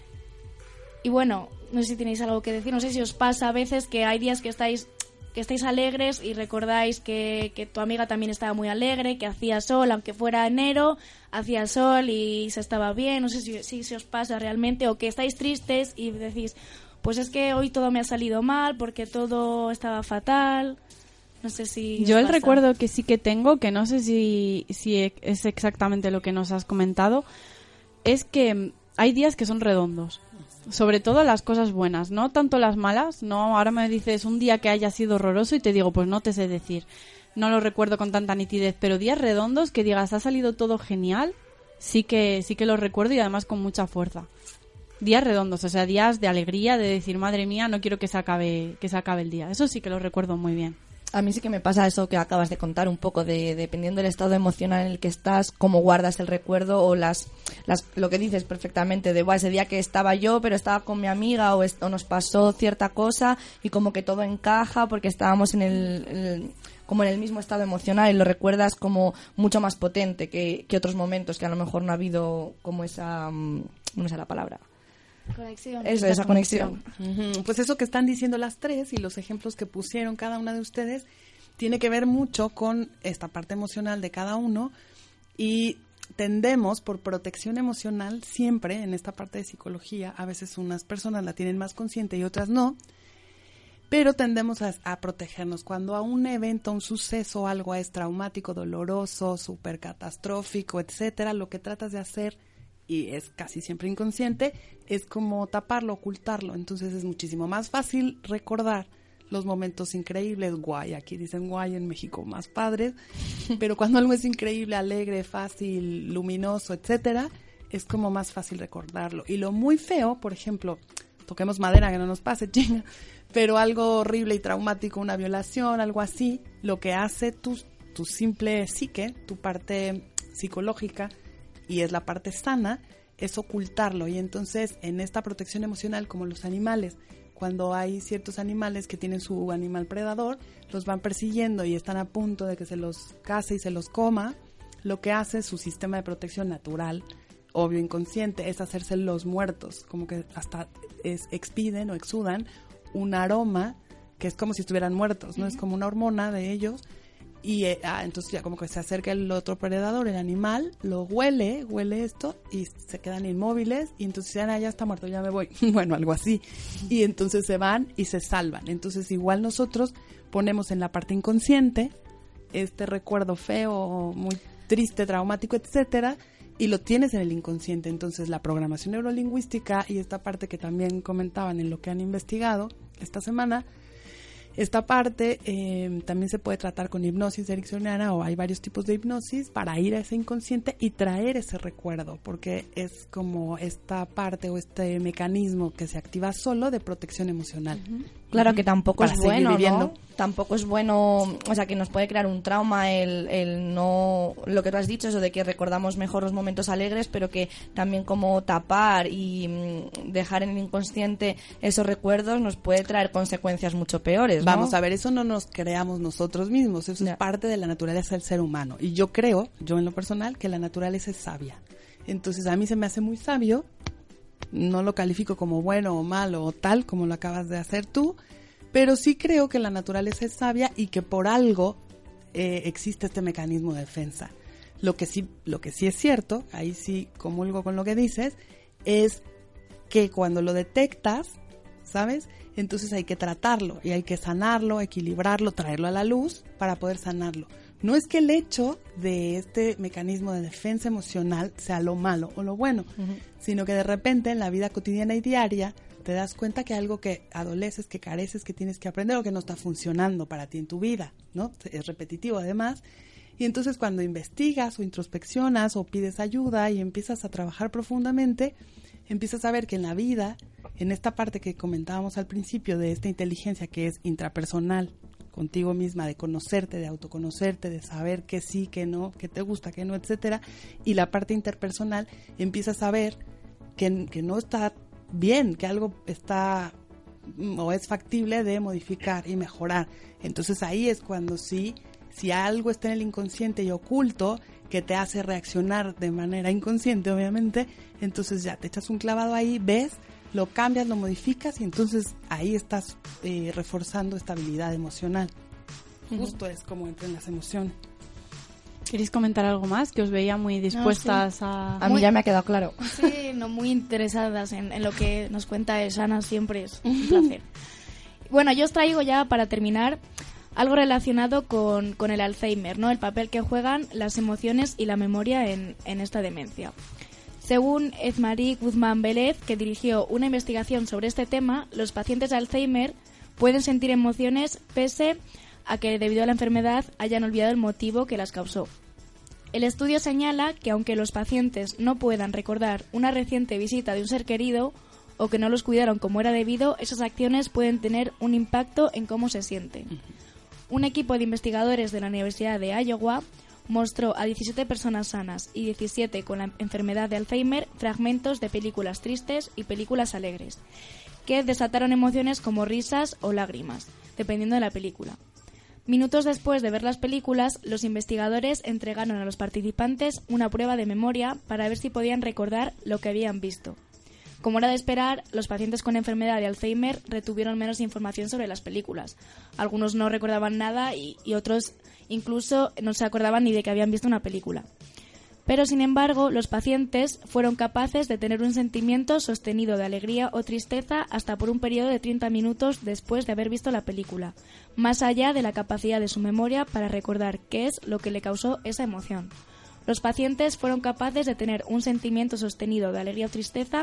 Y bueno, no sé si tenéis algo que decir, no sé si os pasa a veces que hay días que estáis que estáis alegres y recordáis que, que tu amiga también estaba muy alegre, que hacía sol, aunque fuera enero, hacía sol y se estaba bien, no sé si, si, si os pasa realmente, o que estáis tristes y decís, pues es que hoy todo me ha salido mal porque todo estaba fatal. No sé si Yo el pasa. recuerdo que sí que tengo, que no sé si, si es exactamente lo que nos has comentado, es que hay días que son redondos. Sobre todo las cosas buenas, no tanto las malas. No, ahora me dices un día que haya sido horroroso y te digo, pues no te sé decir. No lo recuerdo con tanta nitidez, pero días redondos que digas, ha salido todo genial, sí que sí que lo recuerdo y además con mucha fuerza. Días redondos, o sea, días de alegría, de decir, madre mía, no quiero que se acabe que se acabe el día. Eso sí que lo recuerdo muy bien. A mí sí que me pasa eso que acabas de contar un poco, de dependiendo del estado emocional en el que estás, cómo guardas el recuerdo o las, las lo que dices perfectamente de, ese día que estaba yo, pero estaba con mi amiga o, es, o nos pasó cierta cosa y como que todo encaja porque estábamos en el, el como en el mismo estado emocional y lo recuerdas como mucho más potente que, que otros momentos que a lo mejor no ha habido como esa, no sé la palabra. Conexión. Eso, esa conexión. Uh-huh. Pues eso que están diciendo las tres y los ejemplos que pusieron cada una de ustedes tiene que ver mucho con esta parte emocional de cada uno y tendemos por protección emocional siempre en esta parte de psicología, a veces unas personas la tienen más consciente y otras no, pero tendemos a, a protegernos. Cuando a un evento, un suceso, algo es traumático, doloroso, súper catastrófico, etcétera, lo que tratas de hacer, y es casi siempre inconsciente, es como taparlo, ocultarlo. Entonces es muchísimo más fácil recordar los momentos increíbles, guay, aquí dicen guay, en México más padres, pero cuando algo es increíble, alegre, fácil, luminoso, etcétera, es como más fácil recordarlo. Y lo muy feo, por ejemplo, toquemos madera que no nos pase, chinga, pero algo horrible y traumático, una violación, algo así, lo que hace tu, tu simple psique, tu parte psicológica, y es la parte sana, es ocultarlo. Y entonces en esta protección emocional, como los animales, cuando hay ciertos animales que tienen su animal predador, los van persiguiendo y están a punto de que se los case y se los coma, lo que hace su sistema de protección natural, obvio inconsciente, es hacerse los muertos, como que hasta es, expiden o exudan un aroma que es como si estuvieran muertos, ¿no? Uh-huh. Es como una hormona de ellos. Y eh, ah, entonces ya como que se acerca el otro predador, el animal, lo huele, huele esto y se quedan inmóviles y entonces ya, ah, ya está muerto, ya me voy. Bueno, algo así. Y entonces se van y se salvan. Entonces igual nosotros ponemos en la parte inconsciente este recuerdo feo, muy triste, traumático, etcétera, y lo tienes en el inconsciente. Entonces la programación neurolingüística y esta parte que también comentaban en lo que han investigado esta semana, esta parte eh, también se puede tratar con hipnosis ericksoniana, o hay varios tipos de hipnosis para ir a ese inconsciente y traer ese recuerdo, porque es como esta parte o este mecanismo que se activa solo de protección emocional. Uh-huh. Claro, que tampoco para es bueno, viviendo. ¿no? Tampoco es bueno, o sea, que nos puede crear un trauma el, el no, lo que tú has dicho, eso de que recordamos mejor los momentos alegres, pero que también como tapar y mmm, dejar en el inconsciente esos recuerdos nos puede traer consecuencias mucho peores, ¿no? Vamos a ver, eso no nos creamos nosotros mismos, eso yeah. es parte de la naturaleza del ser humano. Y yo creo, yo en lo personal, que la naturaleza es sabia. Entonces a mí se me hace muy sabio, no lo califico como bueno o malo o tal, como lo acabas de hacer tú, pero sí creo que la naturaleza es sabia y que por algo eh, existe este mecanismo de defensa. Lo que sí, lo que sí es cierto, ahí sí comulgo con lo que dices, es que cuando lo detectas, ¿sabes?, entonces hay que tratarlo y hay que sanarlo, equilibrarlo, traerlo a la luz para poder sanarlo. No es que el hecho de este mecanismo de defensa emocional sea lo malo o lo bueno, uh-huh. sino que de repente en la vida cotidiana y diaria te das cuenta que algo que adoleces, que careces, que tienes que aprender o que no está funcionando para ti en tu vida, ¿no? Es repetitivo además, Y entonces cuando investigas o introspeccionas o pides ayuda y empiezas a trabajar profundamente, empiezas a ver que en la vida, en esta parte que comentábamos al principio de esta inteligencia que es intrapersonal, contigo misma, de conocerte, de autoconocerte, de saber qué sí, qué no, qué te gusta, qué no, etcétera, y la parte interpersonal, empiezas a ver que, que no está bien, que algo está o es factible de modificar y mejorar. Entonces ahí es cuando sí, si algo está en el inconsciente y oculto, que te hace reaccionar de manera inconsciente, obviamente, entonces ya te echas un clavado ahí, ves, lo cambias, lo modificas y entonces ahí estás eh, reforzando esta habilidad emocional. Uh-huh. Justo es como entran las emociones. ¿Queréis comentar algo más? Que os veía muy dispuestas no, sí. a... A mí ya me ha quedado claro. Sí, no, muy interesadas en, en lo que nos cuenta Ana, siempre es un placer. Bueno, yo os traigo ya para terminar algo relacionado con, con el Alzheimer, ¿no? El papel que juegan las emociones y la memoria en, en esta demencia. Según Ezmarí Guzmán Vélez, que dirigió una investigación sobre este tema, los pacientes de Alzheimer pueden sentir emociones pese a que debido a la enfermedad hayan olvidado el motivo que las causó. El estudio señala que aunque los pacientes no puedan recordar una reciente visita de un ser querido o que no los cuidaron como era debido, esas acciones pueden tener un impacto en cómo se sienten. Un equipo de investigadores de la Universidad de Iowa mostró a diecisiete personas sanas y diecisiete con la enfermedad de Alzheimer fragmentos de películas tristes y películas alegres, que desataron emociones como risas o lágrimas, dependiendo de la película. Minutos después de ver las películas, los investigadores entregaron a los participantes una prueba de memoria para ver si podían recordar lo que habían visto. Como era de esperar, los pacientes con enfermedad de Alzheimer retuvieron menos información sobre las películas. Algunos no recordaban nada y, y otros incluso no se acordaban ni de que habían visto una película. Pero, sin embargo, los pacientes fueron capaces de tener un sentimiento sostenido de alegría o tristeza hasta por un periodo de treinta minutos después de haber visto la película, más allá de la capacidad de su memoria para recordar qué es lo que le causó esa emoción. Los pacientes fueron capaces de tener un sentimiento sostenido de alegría o tristeza,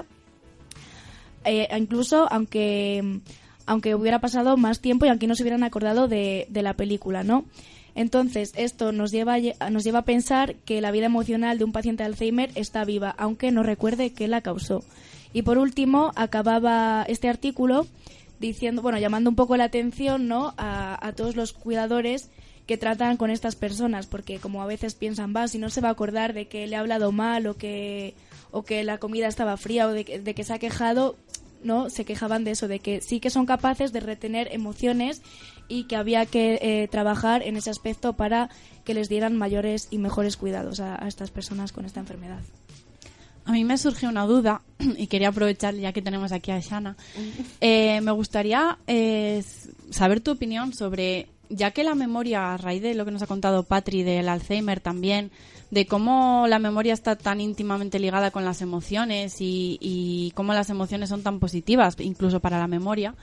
eh, incluso aunque, aunque hubiera pasado más tiempo y aunque no se hubieran acordado de, de la película, ¿no? Entonces, esto nos lleva, nos lleva a pensar que la vida emocional de un paciente de Alzheimer está viva, aunque no recuerde qué la causó. Y por último, acababa este artículo diciendo, bueno, llamando un poco la atención, ¿no?, a, a todos los cuidadores que tratan con estas personas, porque como a veces piensan, va, si no se va a acordar de que le ha hablado mal o que, o que la comida estaba fría o de que, de que se ha quejado, ¿no? Se quejaban de eso, de que sí que son capaces de retener emociones y que había que eh, trabajar en ese aspecto para que les dieran mayores y mejores cuidados a, a estas personas con esta enfermedad. A mí me surgió una duda y quería aprovechar ya que tenemos aquí a Shana. Eh, me gustaría eh, saber tu opinión sobre, ya que la memoria, a raíz de lo que nos ha contado Patri del Alzheimer también, de cómo la memoria está tan íntimamente ligada con las emociones y, y cómo las emociones son tan positivas, incluso para la memoria.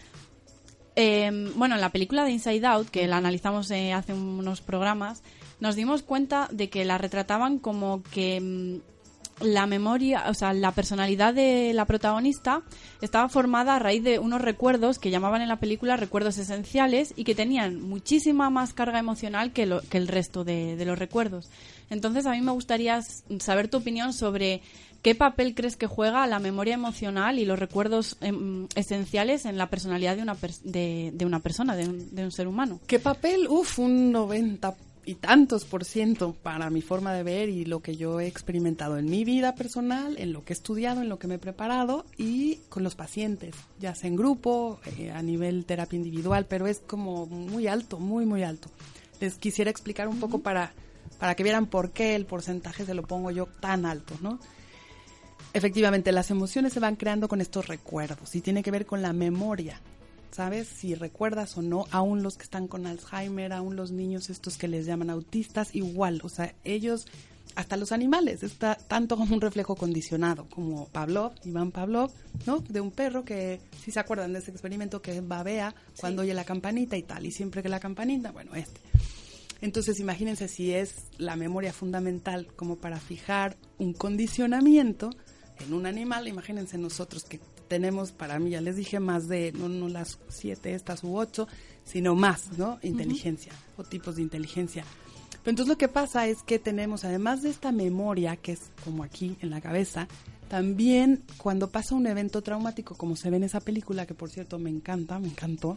Eh, bueno, en la película de Inside Out, que la analizamos eh, hace unos programas, nos dimos cuenta de que la retrataban como que mmm, la memoria, o sea, la personalidad de la protagonista estaba formada a raíz de unos recuerdos que llamaban en la película recuerdos esenciales y que tenían muchísima más carga emocional que, lo, que el resto de, de los recuerdos. Entonces, a mí me gustaría saber tu opinión sobre qué papel crees que juega la memoria emocional y los recuerdos em, esenciales en la personalidad de una, pers- de, de una persona, de un, de un ser humano. ¿Qué papel? Uf, un noventa y tantos por ciento para mi forma de ver y lo que yo he experimentado en mi vida personal, en lo que he estudiado, en lo que me he preparado y con los pacientes, ya sea en grupo, eh, a nivel terapia individual, pero es como muy alto, muy, muy alto. Les quisiera explicar un poco para, para que vieran por qué el porcentaje se lo pongo yo tan alto, ¿no? Efectivamente, las emociones se van creando con estos recuerdos y tiene que ver con la memoria, ¿sabes? Si recuerdas o no, aún los que están con Alzheimer, aún los niños estos que les llaman autistas, igual, o sea, ellos, hasta los animales, está tanto como un reflejo condicionado, como Pavlov, Iván Pavlov, ¿no? De un perro que, si se acuerdan de ese experimento, que babea cuando sí. oye la campanita y tal, y siempre que la campanita, bueno, este. Entonces, imagínense si es la memoria fundamental como para fijar un condicionamiento en un animal, imagínense nosotros que tenemos, para mí, ya les dije, más de, no, no las siete estas u ocho, sino más, ¿no? Inteligencia, uh-huh. o tipos de inteligencia. Pero entonces lo que pasa es que tenemos, además de esta memoria, que es como aquí en la cabeza, también cuando pasa un evento traumático, como se ve en esa película, que por cierto me encanta, me encantó,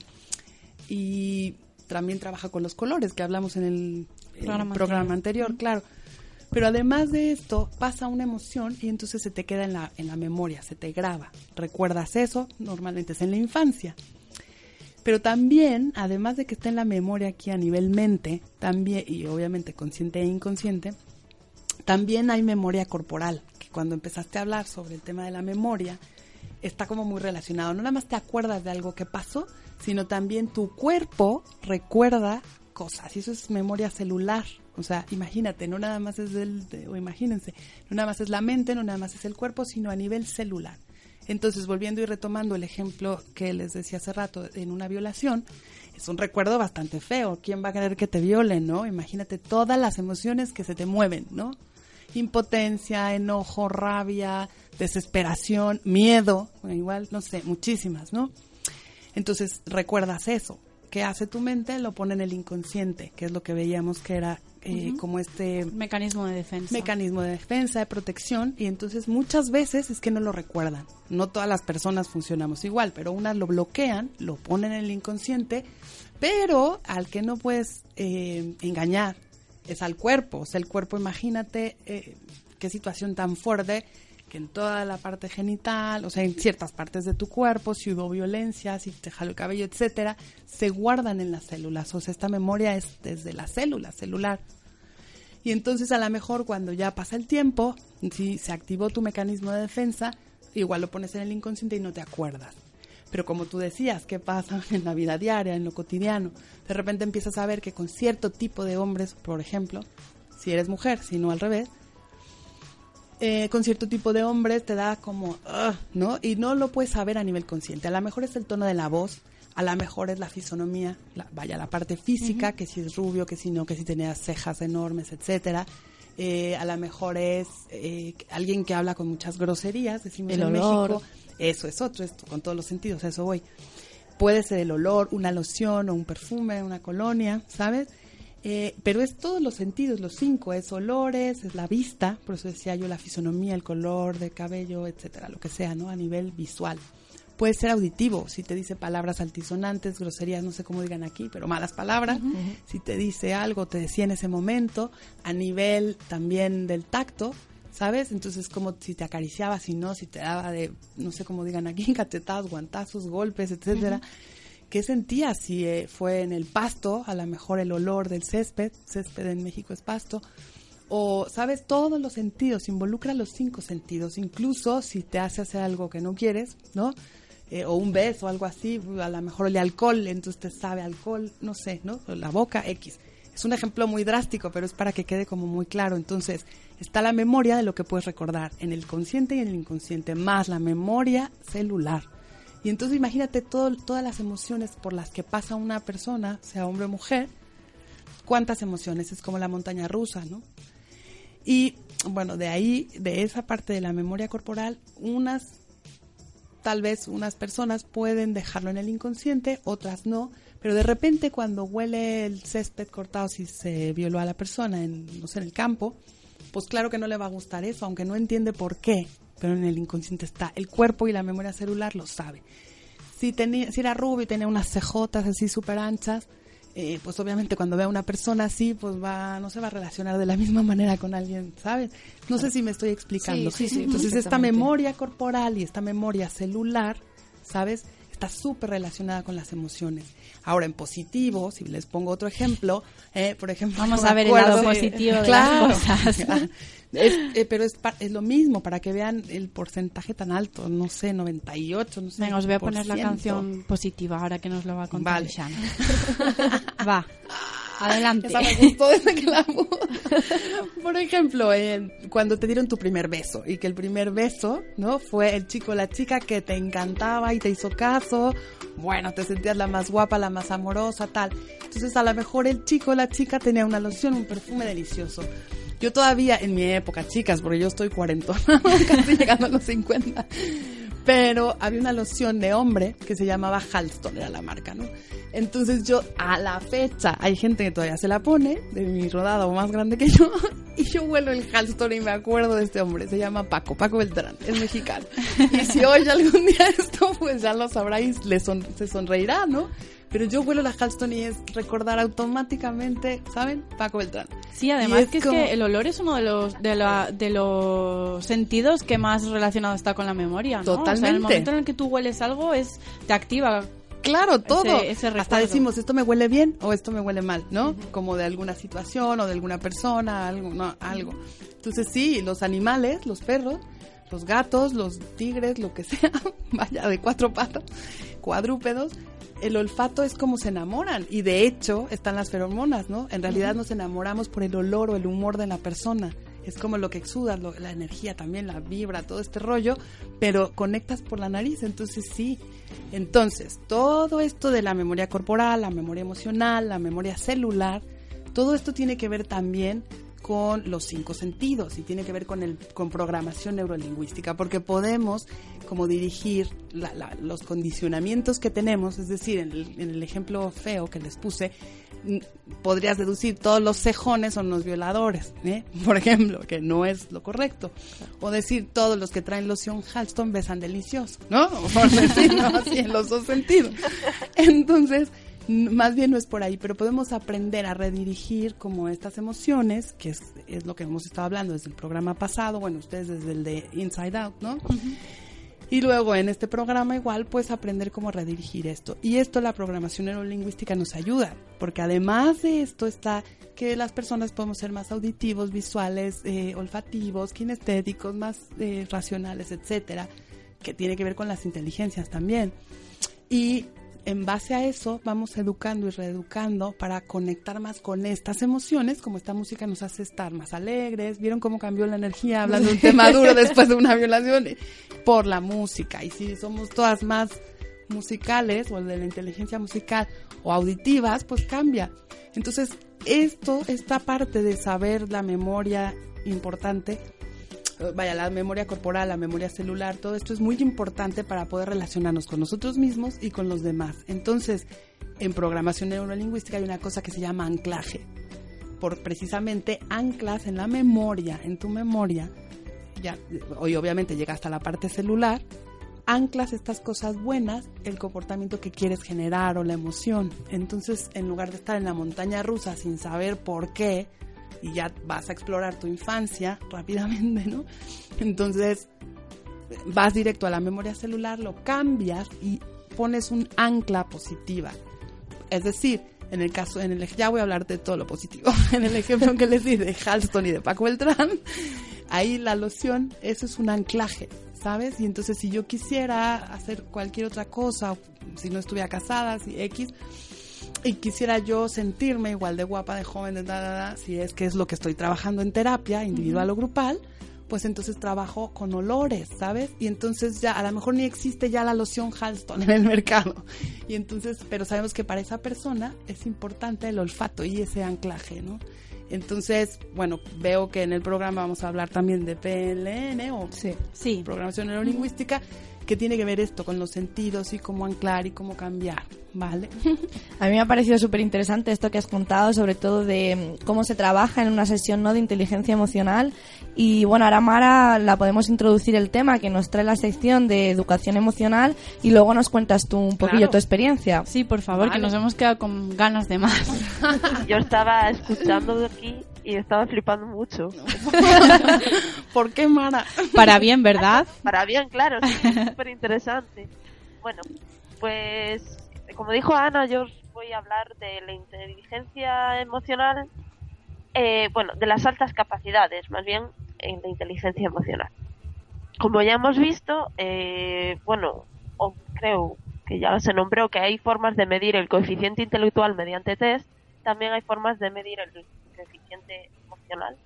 y también trabaja con los colores, que hablamos en el, programa, el programa anterior, anterior, claro. Pero además de esto, pasa una emoción y entonces se te queda en la, en la memoria, se te graba. Recuerdas eso, normalmente es en la infancia. Pero también, además de que está en la memoria aquí a nivel mente, también, y obviamente consciente e inconsciente, también hay memoria corporal, que cuando empezaste a hablar sobre el tema de la memoria, está como muy relacionado. No nada más te acuerdas de algo que pasó, sino también tu cuerpo recuerda cosas, y eso es memoria celular. O sea, imagínate, no nada más es el, de, o imagínense, no nada más es la mente, no nada más es el cuerpo, sino a nivel celular. Entonces, volviendo y retomando el ejemplo que les decía hace rato, en una violación, es un recuerdo bastante feo. ¿Quién va a querer que te violen, no? Imagínate todas las emociones que se te mueven, ¿no? Impotencia, enojo, rabia, desesperación, miedo, igual, no sé, muchísimas, ¿no? Entonces, recuerdas eso. ¿Qué hace tu mente? Lo pone en el inconsciente, que es lo que veíamos que era eh, uh-huh. como este... Mecanismo de defensa. Mecanismo de defensa, de protección, y entonces muchas veces es que no lo recuerdan. No todas las personas funcionamos igual, pero unas lo bloquean, lo ponen en el inconsciente, pero al que no puedes eh, engañar es al cuerpo. O sea, el cuerpo, imagínate eh, qué situación tan fuerte, que en toda la parte genital, o sea, en ciertas partes de tu cuerpo, si hubo violencia, si te jaló el cabello, etcétera, se guardan en las células. O sea, esta memoria es desde la célula, celular. Y entonces, a lo mejor, cuando ya pasa el tiempo, si se activó tu mecanismo de defensa, igual lo pones en el inconsciente y no te acuerdas. Pero como tú decías, ¿qué pasa en la vida diaria, en lo cotidiano? De repente empiezas a ver que con cierto tipo de hombres, por ejemplo, si eres mujer, si no al revés, Eh, con cierto tipo de hombres te da como, uh, ¿no? Y no lo puedes saber a nivel consciente. A lo mejor es el tono de la voz, a lo mejor es la fisonomía, la, vaya, la parte física, uh-huh. que si es rubio, que si no, que si tenía cejas enormes, etcétera. Eh, a lo mejor es eh, alguien que habla con muchas groserías, decimos el en olor. México. Eso es otro, esto, con todos los sentidos, a eso voy. Puede ser el olor, una loción o un perfume, una colonia, ¿sabes? Eh, pero es todos los sentidos, los cinco, es olores, es la vista, por eso decía yo la fisonomía, el color del cabello, etcétera, lo que sea, ¿no? A nivel visual. Puede ser auditivo, si te dice palabras altisonantes, groserías, no sé cómo digan aquí, pero malas palabras, uh-huh. si te dice algo, te decía en ese momento, a nivel también del tacto, ¿sabes? Entonces como si te acariciaba, si no, si te daba de, no sé cómo digan aquí, cachetadas, guantazos, golpes, etcétera. Uh-huh. ¿Qué sentías? Si eh, fue en el pasto, a lo mejor el olor del césped, césped en México es pasto, o, ¿sabes? Todos los sentidos, involucra los cinco sentidos, incluso si te hace hacer algo que no quieres, ¿no? Eh, o un beso o algo así, a lo mejor el alcohol, entonces te sabe alcohol, no sé, ¿no? La boca, X. Es un ejemplo muy drástico, pero es para que quede como muy claro. Entonces, está la memoria de lo que puedes recordar en el consciente y en el inconsciente, más la memoria celular. Y entonces imagínate todo, todas las emociones por las que pasa una persona, sea hombre o mujer, cuántas emociones, es como la montaña rusa, ¿no? Y bueno, de ahí, de esa parte de la memoria corporal, unas, tal vez unas personas pueden dejarlo en el inconsciente, otras no, pero de repente cuando huele el césped cortado, si se violó a la persona en, no sé, en el campo, pues claro que no le va a gustar eso, aunque no entiende por qué. Pero en el inconsciente está. El cuerpo y la memoria celular lo sabe. Si tenía, si era rubio y tenía unas cejotas así súper anchas, eh, pues obviamente cuando vea a una persona así, pues va, no se va a relacionar de la misma manera con alguien, ¿sabes? No sé si me estoy explicando. Sí, sí, sí, entonces esta memoria corporal y esta memoria celular, ¿sabes? Está súper relacionada con las emociones. Ahora, en positivo, si les pongo otro ejemplo, eh, por ejemplo... Vamos a ver el lado positivo de claro, las cosas. Es, eh, pero es, es lo mismo, para que vean el porcentaje tan alto, no sé, noventa y ocho, no sé. Venga, os voy a poner la canción positiva ahora que nos lo va a contar vale. Shana. Va, adelante. Esa me gustó desde que la Por ejemplo, eh, cuando te dieron tu primer beso, y que el primer beso, ¿no? Fue el chico o la chica que te encantaba y te hizo caso, bueno, te sentías la más guapa, la más amorosa, tal. Entonces, a lo mejor el chico o la chica tenía una loción, un perfume delicioso. Yo todavía, en mi época, chicas, porque yo estoy cuarentona, casi llegando a los cincuenta, Pero había una loción de hombre que se llamaba Halston, era la marca, ¿no? Entonces yo, a la fecha, hay gente que todavía se la pone, de mi rodada o más grande que yo, y yo huelo el Halston y me acuerdo de este hombre, se llama Paco, Paco Beltrán, es mexicano. Y si oye algún día esto, pues ya lo sabrá y le son, se sonreirá, ¿no? Pero yo huelo la Halston y es recordar automáticamente, ¿saben? Paco Beltrán. Sí, además es que como... es que el olor es uno de los de, la, de los sentidos que más relacionado está con la memoria, ¿no? Totalmente. O sea, en el momento en el que tú hueles algo, es te activa. Claro, todo. Ese, ese Hasta decimos, esto me huele bien o esto me huele mal, ¿no? Uh-huh. Como de alguna situación o de alguna persona, algo, no, algo. Entonces sí, los animales, los perros, los gatos, los tigres, lo que sea, vaya, de cuatro patas, cuadrúpedos, el olfato es como se enamoran. Y de hecho, están las feromonas, ¿no? En realidad uh-huh. nos enamoramos por el olor o el humor de la persona. Es como lo que exudas, lo, la energía también, la vibra, todo este rollo, pero conectas por la nariz, entonces sí. Entonces, todo esto de la memoria corporal, la memoria emocional, la memoria celular, todo esto tiene que ver también con los cinco sentidos y tiene que ver con el con programación neurolingüística, porque podemos como dirigir la, la, los condicionamientos que tenemos, es decir, en el, en el ejemplo feo que les puse, podrías deducir todos los cejones son los violadores, ¿eh? Por ejemplo, que no es lo correcto, o decir todos los que traen loción Halston besan delicioso, ¿no? Por decirlo así en los dos sentidos. Entonces, más bien no es por ahí, pero podemos aprender a redirigir como estas emociones, que es, es lo que hemos estado hablando desde el programa pasado, bueno, ustedes desde el de Inside Out, ¿no? Uh-huh. Y luego en este programa igual puedes aprender cómo redirigir esto. Y esto la programación neurolingüística nos ayuda, porque además de esto está que las personas podemos ser más auditivos, visuales, eh, olfativos, kinestéticos, más eh, racionales, etcétera, que tiene que ver con las inteligencias también. Y en base a eso vamos educando y reeducando para conectar más con estas emociones, como esta música nos hace estar más alegres. ¿Vieron cómo cambió la energía hablando de un tema duro después de una violación? Por la música. Y si somos todas más musicales o de la inteligencia musical o auditivas, pues cambia. Entonces, esto, esta parte de saber la memoria importante, vaya, la memoria corporal, la memoria celular, todo esto es muy importante para poder relacionarnos con nosotros mismos y con los demás. Entonces, en programación neurolingüística hay una cosa que se llama anclaje. Por precisamente anclas en la memoria, en tu memoria, ya, hoy obviamente llega hasta la parte celular, anclas estas cosas buenas, el comportamiento que quieres generar o la emoción. Entonces, en lugar de estar en la montaña rusa sin saber por qué, y ya vas a explorar tu infancia rápidamente, ¿no? Entonces, vas directo a la memoria celular, lo cambias y pones un ancla positiva. Es decir, en el caso, en el ya voy a hablar de todo lo positivo. En el ejemplo que les di de Halston y de Paco Beltrán, ahí la loción, eso es un anclaje, ¿sabes? Y entonces si yo quisiera hacer cualquier otra cosa, si no estuviera casada, si X, y quisiera yo sentirme igual de guapa, de joven, de da, da, da, si es que es lo que estoy trabajando en terapia, individual uh-huh. o grupal, pues entonces trabajo con olores, ¿sabes? Y entonces ya, a lo mejor ni existe ya la loción Halston en el mercado. Y entonces, pero sabemos que para esa persona es importante el olfato y ese anclaje, ¿no? Entonces, bueno, veo que en el programa vamos a hablar también de P L N o sí. Sí. programación neurolingüística, que tiene que ver esto con los sentidos y cómo anclar y cómo cambiar, ¿vale? A mí me ha parecido súper interesante esto que has contado, sobre todo de cómo se trabaja en una sesión, ¿no?, de inteligencia emocional. Y bueno, ahora Mara la podemos introducir el tema que nos trae la sección de educación emocional y luego nos cuentas tú un poquillo claro. tu experiencia. Sí, por favor, vale. Que nos hemos quedado con ganas de más. Yo estaba escuchando de aquí y estaba flipando mucho. ¿Por qué, Mara? Para bien, ¿verdad? Para bien, claro, sí, súper interesante. Bueno, pues como dijo Ana, yo os voy a hablar de la inteligencia emocional, eh, bueno, de las altas capacidades, más bien en la inteligencia emocional. Como ya hemos visto, eh, bueno, o creo que ya se nombró que hay formas de medir el coeficiente intelectual mediante test, también hay formas de medir el coeficiente emocional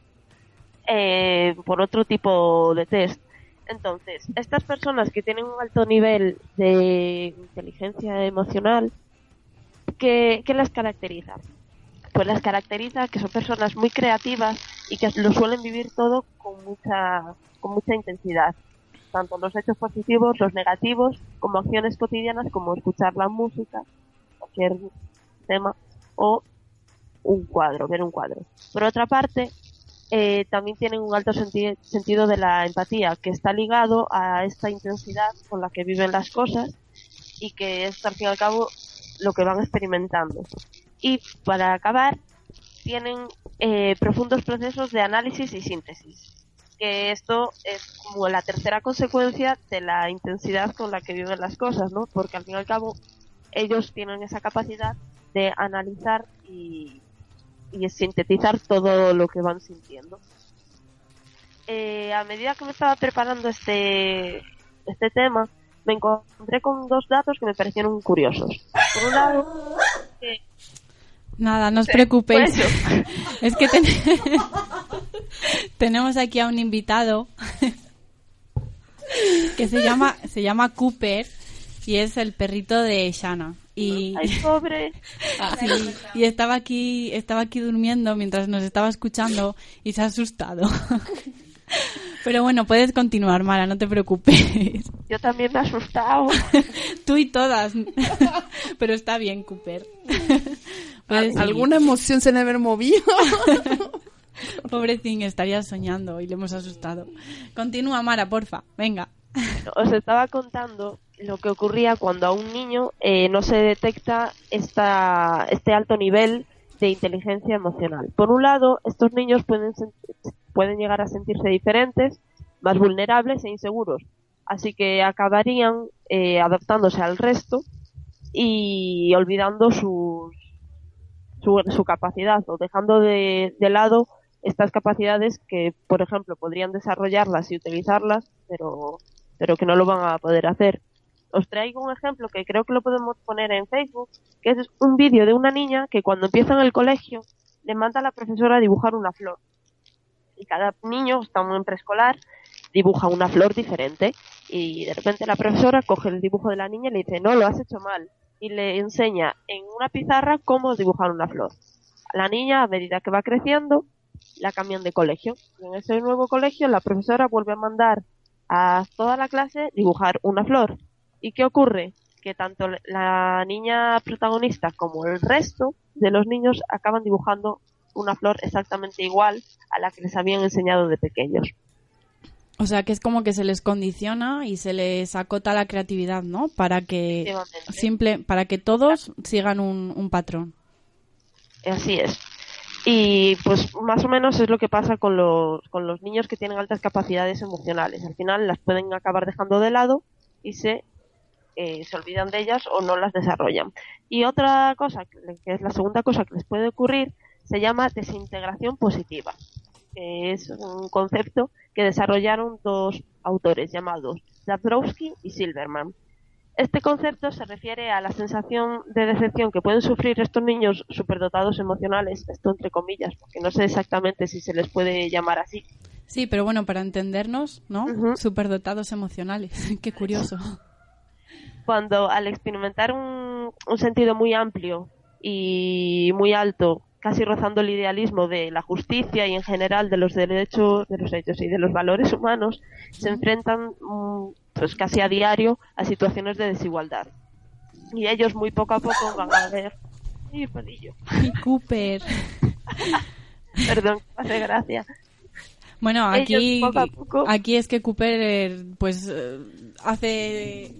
eh, por otro tipo de test. Entonces, estas personas que tienen un alto nivel de inteligencia emocional, ¿qué, qué las caracteriza? Pues las caracteriza que son personas muy creativas y que lo suelen vivir todo con mucha con mucha intensidad. tanto los hechos positivos, los negativos, como acciones cotidianas como escuchar la música, cualquier tema, o un cuadro, ver un cuadro. Por otra parte, eh, también tienen un alto senti- sentido de la empatía, que está ligado a esta intensidad con la que viven las cosas y que es, al fin y al cabo, lo que van experimentando. Y para acabar, tienen eh, profundos procesos de análisis y síntesis, que esto es como la tercera consecuencia de la intensidad con la que viven las cosas, ¿no? Porque al fin y al cabo ellos tienen esa capacidad de analizar y, y sintetizar todo lo que van sintiendo. Eh, a medida que me estaba preparando este este tema, me encontré con dos datos que me parecieron curiosos. Por un lado, que Nada, no os preocupéis. Es que ten... tenemos aquí a un invitado que se llama se llama Cooper y es el perrito de Shanna. Y ¡ay, pobre! Sí, y estaba aquí estaba aquí durmiendo mientras nos estaba escuchando y se ha asustado. Pero bueno, puedes continuar, Mara, no te preocupes. Yo también me he asustado. Tú y todas. Pero está bien, Cooper. ¿Alguna emoción se debe haber movido? Pobrecín, estaría soñando y le hemos asustado. Continúa, Mara, porfa, venga. Os estaba contando lo que ocurría cuando a un niño eh, no se detecta esta, este alto nivel de inteligencia emocional. Por un lado, estos niños pueden, pueden llegar a sentirse diferentes, más vulnerables e inseguros, así que acabarían eh, adaptándose al resto y olvidando sus, su, su capacidad o dejando de, de lado estas capacidades que, por ejemplo, podrían desarrollarlas y utilizarlas, pero, pero que no lo van a poder hacer. Os traigo un ejemplo que creo que lo podemos poner en Facebook, que es un vídeo de una niña que cuando empieza en el colegio le manda a la profesora a dibujar una flor. Y cada niño, está en preescolar, dibuja una flor diferente. Y de repente la profesora coge el dibujo de la niña y le dice, no, lo has hecho mal. Y le enseña en una pizarra cómo dibujar una flor. A la niña, a medida que va creciendo, la cambian de colegio. Y en ese nuevo colegio la profesora vuelve a mandar a toda la clase dibujar una flor. ¿Y qué ocurre? Que tanto la niña protagonista como el resto de los niños acaban dibujando una flor exactamente igual a la que les habían enseñado de pequeños. O sea, que es como que se les condiciona y se les acota la creatividad, ¿no? Para que simple, para que todos sigan un, un patrón. Así es. Y pues más o menos es lo que pasa con los, con los niños que tienen altas capacidades emocionales. Al final las pueden acabar dejando de lado y se Eh, se olvidan de ellas o no las desarrollan. Y otra cosa, que es la segunda cosa que les puede ocurrir, se llama desintegración positiva. Que es un concepto que desarrollaron dos autores llamados Dabrowski y Silverman. Este concepto se refiere a la sensación de decepción que pueden sufrir estos niños superdotados emocionales, esto entre comillas, porque no sé exactamente si se les puede llamar así. Sí, pero bueno, para entendernos, ¿no? Uh-huh. Superdotados emocionales. Qué curioso. Cuando al experimentar un, un sentido muy amplio y muy alto, casi rozando el idealismo de la justicia y en general de los derechos, de los derechos y de los valores humanos, se enfrentan pues casi a diario a situaciones de desigualdad. Y ellos muy poco a poco van a ver... ¡Ay, palillo! ¡Ay, Cooper! Perdón, hace gracia. Bueno, aquí, poco a poco... aquí es que Cooper pues hace...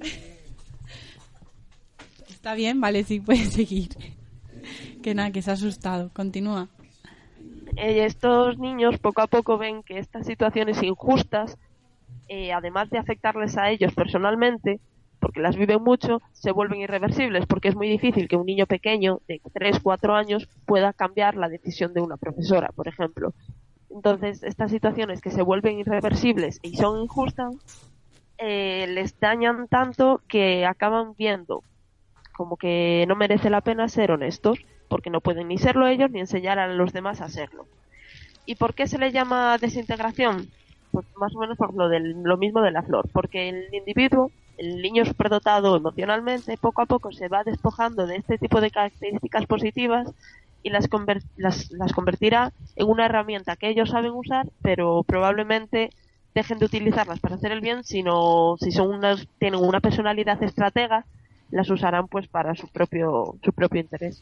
Está bien, vale, sí, puedes seguir. Que nada, que se ha asustado. Continúa. Eh, estos niños poco a poco ven que estas situaciones injustas, eh, además de afectarles a ellos personalmente, porque las viven mucho, se vuelven irreversibles, porque es muy difícil que un niño pequeño de tres, cuatro años pueda cambiar la decisión de una profesora, por ejemplo. Entonces, estas situaciones que se vuelven irreversibles y son injustas, eh, les dañan tanto que acaban viendo como que no merece la pena ser honestos, porque no pueden ni serlo ellos ni enseñar a los demás a serlo. ¿Y por qué se le llama desintegración? Pues más o menos por lo, del, lo mismo de la flor, porque el individuo, el niño superdotado emocionalmente, poco a poco se va despojando de este tipo de características positivas y las, conver- las, las convertirá en una herramienta que ellos saben usar, pero probablemente dejen de utilizarlas para hacer el bien, sino si son unas, tienen una personalidad estratega, las usarán pues para su propio su propio interés.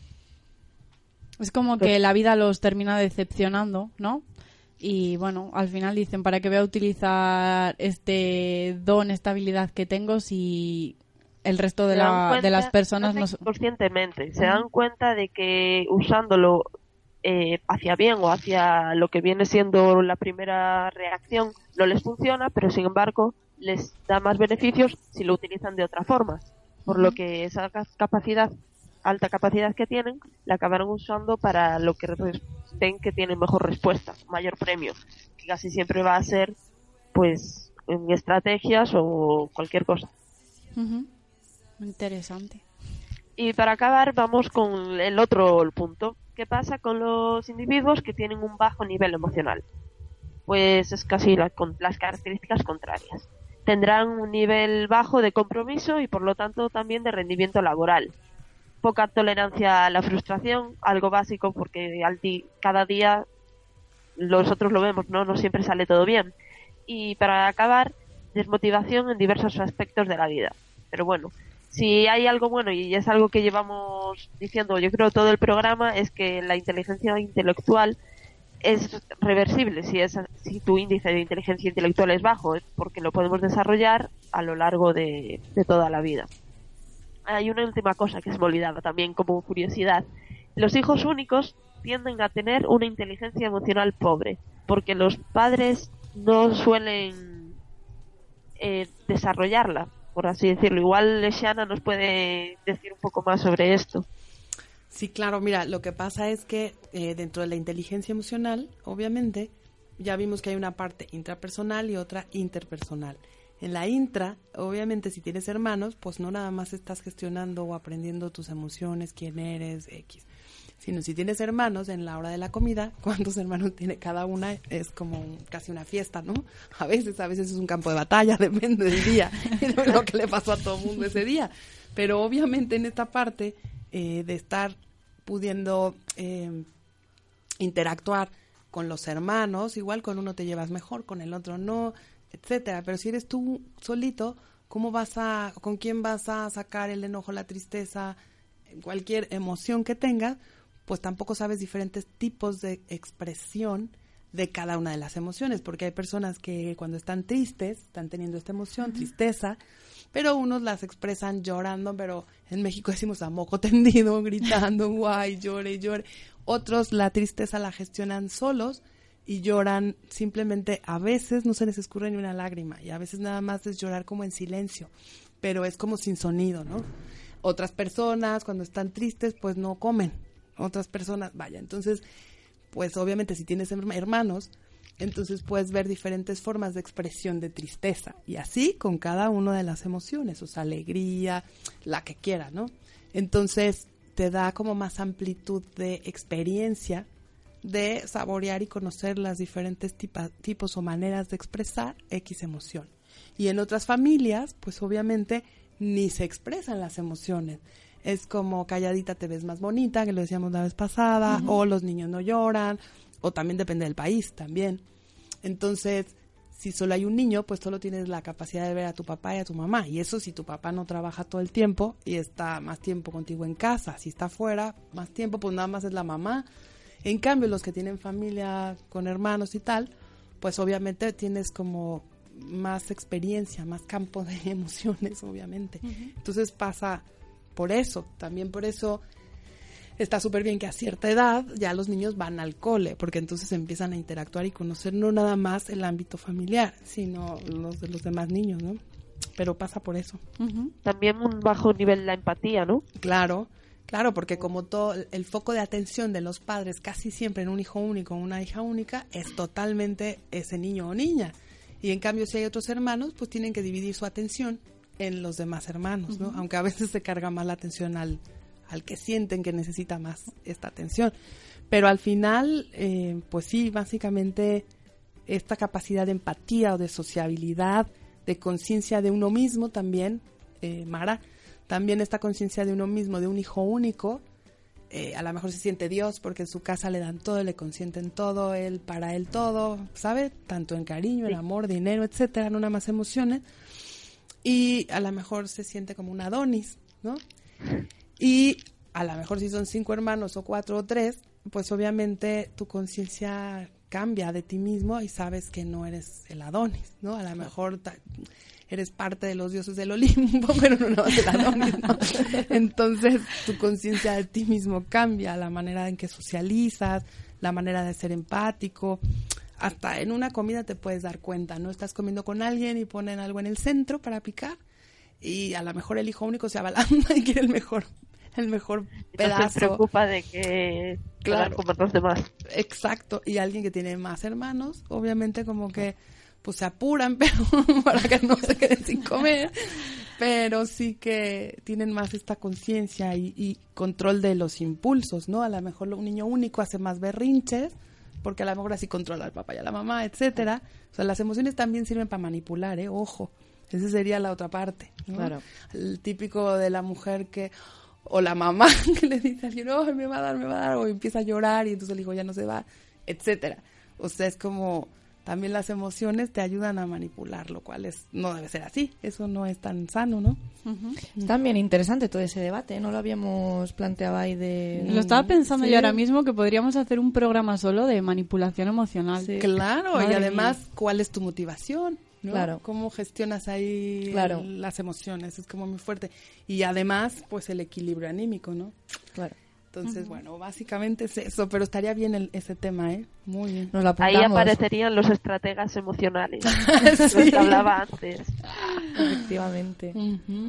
Es como que la vida los termina decepcionando, ¿no? Y bueno, al final dicen, ¿para qué voy a utilizar este don, esta habilidad que tengo si el resto de, la, cuenta, de las personas no... Conscientemente, se dan cuenta de que usándolo eh, hacia bien o hacia lo que viene siendo la primera reacción no les funciona, pero sin embargo les da más beneficios si lo utilizan de otra forma. Por lo que esa capacidad, alta capacidad que tienen, la acabarán usando para lo que ven que tienen mejor respuesta, mayor premio, que casi siempre va a ser pues en estrategias o cualquier cosa. Uh-huh. Interesante. Y para acabar vamos con el otro punto. ¿Qué pasa con los individuos que tienen un bajo nivel emocional? Pues es casi la, con las características contrarias. Tendrán un nivel bajo de compromiso y por lo tanto también de rendimiento laboral. Poca tolerancia a la frustración, algo básico porque al di- cada día nosotros lo vemos, ¿no? No siempre sale todo bien. Y para acabar, desmotivación en diversos aspectos de la vida. Pero bueno, si hay algo bueno y es algo que llevamos diciendo yo creo todo el programa, es que la inteligencia intelectual es reversible si es si tu índice de inteligencia intelectual es bajo, porque lo podemos desarrollar a lo largo de, de toda la vida. Hay una última cosa que se me olvidaba también como curiosidad. Los hijos únicos tienden a tener una inteligencia emocional pobre, porque los padres no suelen eh, desarrollarla, por así decirlo. Igual Shana nos puede decir un poco más sobre esto. Sí, claro, mira, lo que pasa es que eh, dentro de la inteligencia emocional, obviamente, ya vimos que hay una parte intrapersonal y otra interpersonal. En la intra, obviamente, si tienes hermanos, pues no nada más estás gestionando o aprendiendo tus emociones, quién eres, X. Sino si tienes hermanos, en la hora de la comida, ¿cuántos hermanos tiene cada una? Es como un, casi una fiesta, ¿no? A veces, a veces es un campo de batalla, depende del día, y de lo que le pasó a todo el mundo ese día. Pero obviamente en esta parte eh, de estar pudiendo eh, interactuar con los hermanos, igual con uno te llevas mejor, con el otro no, etcétera. Pero si eres tú solito, ¿cómo vas a, con quién vas a sacar el enojo, la tristeza, cualquier emoción que tengas? Pues tampoco sabes diferentes tipos de expresión de cada una de las emociones, porque hay personas que cuando están tristes, están teniendo esta emoción, uh-huh. tristeza, pero unos las expresan llorando, pero en México decimos a moco tendido, gritando, guay, llore, llore. Otros la tristeza la gestionan solos y lloran simplemente, a veces no se les escurre ni una lágrima y a veces nada más es llorar como en silencio, pero es como sin sonido, ¿no? Otras personas cuando están tristes pues no comen, otras personas, vaya, entonces pues obviamente si tienes hermanos, entonces puedes ver diferentes formas de expresión de tristeza y así con cada una de las emociones, o sea, alegría, la que quiera, ¿no? Entonces te da como más amplitud de experiencia de saborear y conocer las diferentes tipa, tipos o maneras de expresar X emoción. Y en otras familias, pues obviamente ni se expresan las emociones. Es como calladita te ves más bonita, que lo decíamos la vez pasada, uh-huh. o los niños no lloran, o también depende del país también. Entonces, si solo hay un niño, pues solo tienes la capacidad de ver a tu papá y a tu mamá. Y eso si tu papá no trabaja todo el tiempo y está más tiempo contigo en casa. Si está fuera, más tiempo, pues nada más es la mamá. En cambio, los que tienen familia con hermanos y tal, pues obviamente tienes como más experiencia, más campo de emociones, obviamente. Uh-huh. Entonces pasa por eso, también por eso está súper bien que a cierta edad ya los niños van al cole, porque entonces empiezan a interactuar y conocer no nada más el ámbito familiar, sino los de los demás niños, ¿no? Pero pasa por eso. Uh-huh. También un bajo nivel de la empatía, ¿no? Claro, claro, porque como todo el foco de atención de los padres casi siempre en un hijo único o una hija única es totalmente ese niño o niña. Y en cambio si hay otros hermanos, pues tienen que dividir su atención en los demás hermanos, ¿no? Uh-huh. Aunque a veces se carga más la atención al, al que sienten que necesita más esta atención. Pero al final, eh, pues sí, básicamente esta capacidad de empatía o de sociabilidad, de conciencia de uno mismo también, eh, Mara, también esta conciencia de uno mismo, de un hijo único, eh, a lo mejor se siente Dios porque en su casa le dan todo, le consienten todo, él para él todo, ¿sabe? Tanto en cariño, Sí. en amor, dinero, etcétera, no nada más emociones. Y a lo mejor se siente como un Adonis, ¿no? Y a lo mejor si son cinco hermanos o cuatro o tres, pues obviamente tu conciencia cambia de ti mismo y sabes que no eres el Adonis, ¿no? A lo mejor ta- eres parte de los dioses del Olimpo, pero no, no eres el Adonis, ¿no? Entonces tu conciencia de ti mismo cambia, la manera en que socializas, la manera de ser empático. Hasta en una comida te puedes dar cuenta, ¿no? Estás comiendo con alguien y ponen algo en el centro para picar y a lo mejor el hijo único se abalanda y quiere el mejor el mejor pedazo. No se preocupa de que Claro. puedan comer los demás. Exacto, y alguien que tiene más hermanos, obviamente como que pues se apuran pero para que no se queden sin comer, pero sí que tienen más esta conciencia y, y control de los impulsos, ¿no? A lo mejor un niño único hace más berrinches porque a lo mejor así controla al papá y a la mamá, etcétera. O sea, las emociones también sirven para manipular, ¿eh? Ojo, esa sería la otra parte, ¿no? Claro. El típico de la mujer que o la mamá que le dice a alguien, oh, me va a dar, me va a dar, o empieza a llorar y entonces el hijo ya no se va, etcétera. O sea, es como también las emociones te ayudan a manipular, lo cual es no debe ser así, eso no es tan sano, ¿no? Ujú. Es también interesante todo ese debate, no lo habíamos planteado ahí de... Lo estaba pensando Sí. yo ahora mismo que podríamos hacer un programa solo de manipulación emocional. Sí. Claro, Madre y además, mía. ¿cuál es tu motivación? ¿No? Claro. ¿Cómo gestionas ahí Claro. el- las emociones? Es como muy fuerte. Y además, pues el equilibrio anímico, ¿no? Claro. Entonces, bueno, básicamente es eso, pero estaría bien el, ese tema, ¿eh? Muy bien. Nos lo Ahí apuntamos. aparecerían los estrategas emocionales, Sí. los que hablaba antes. Efectivamente. Ujú.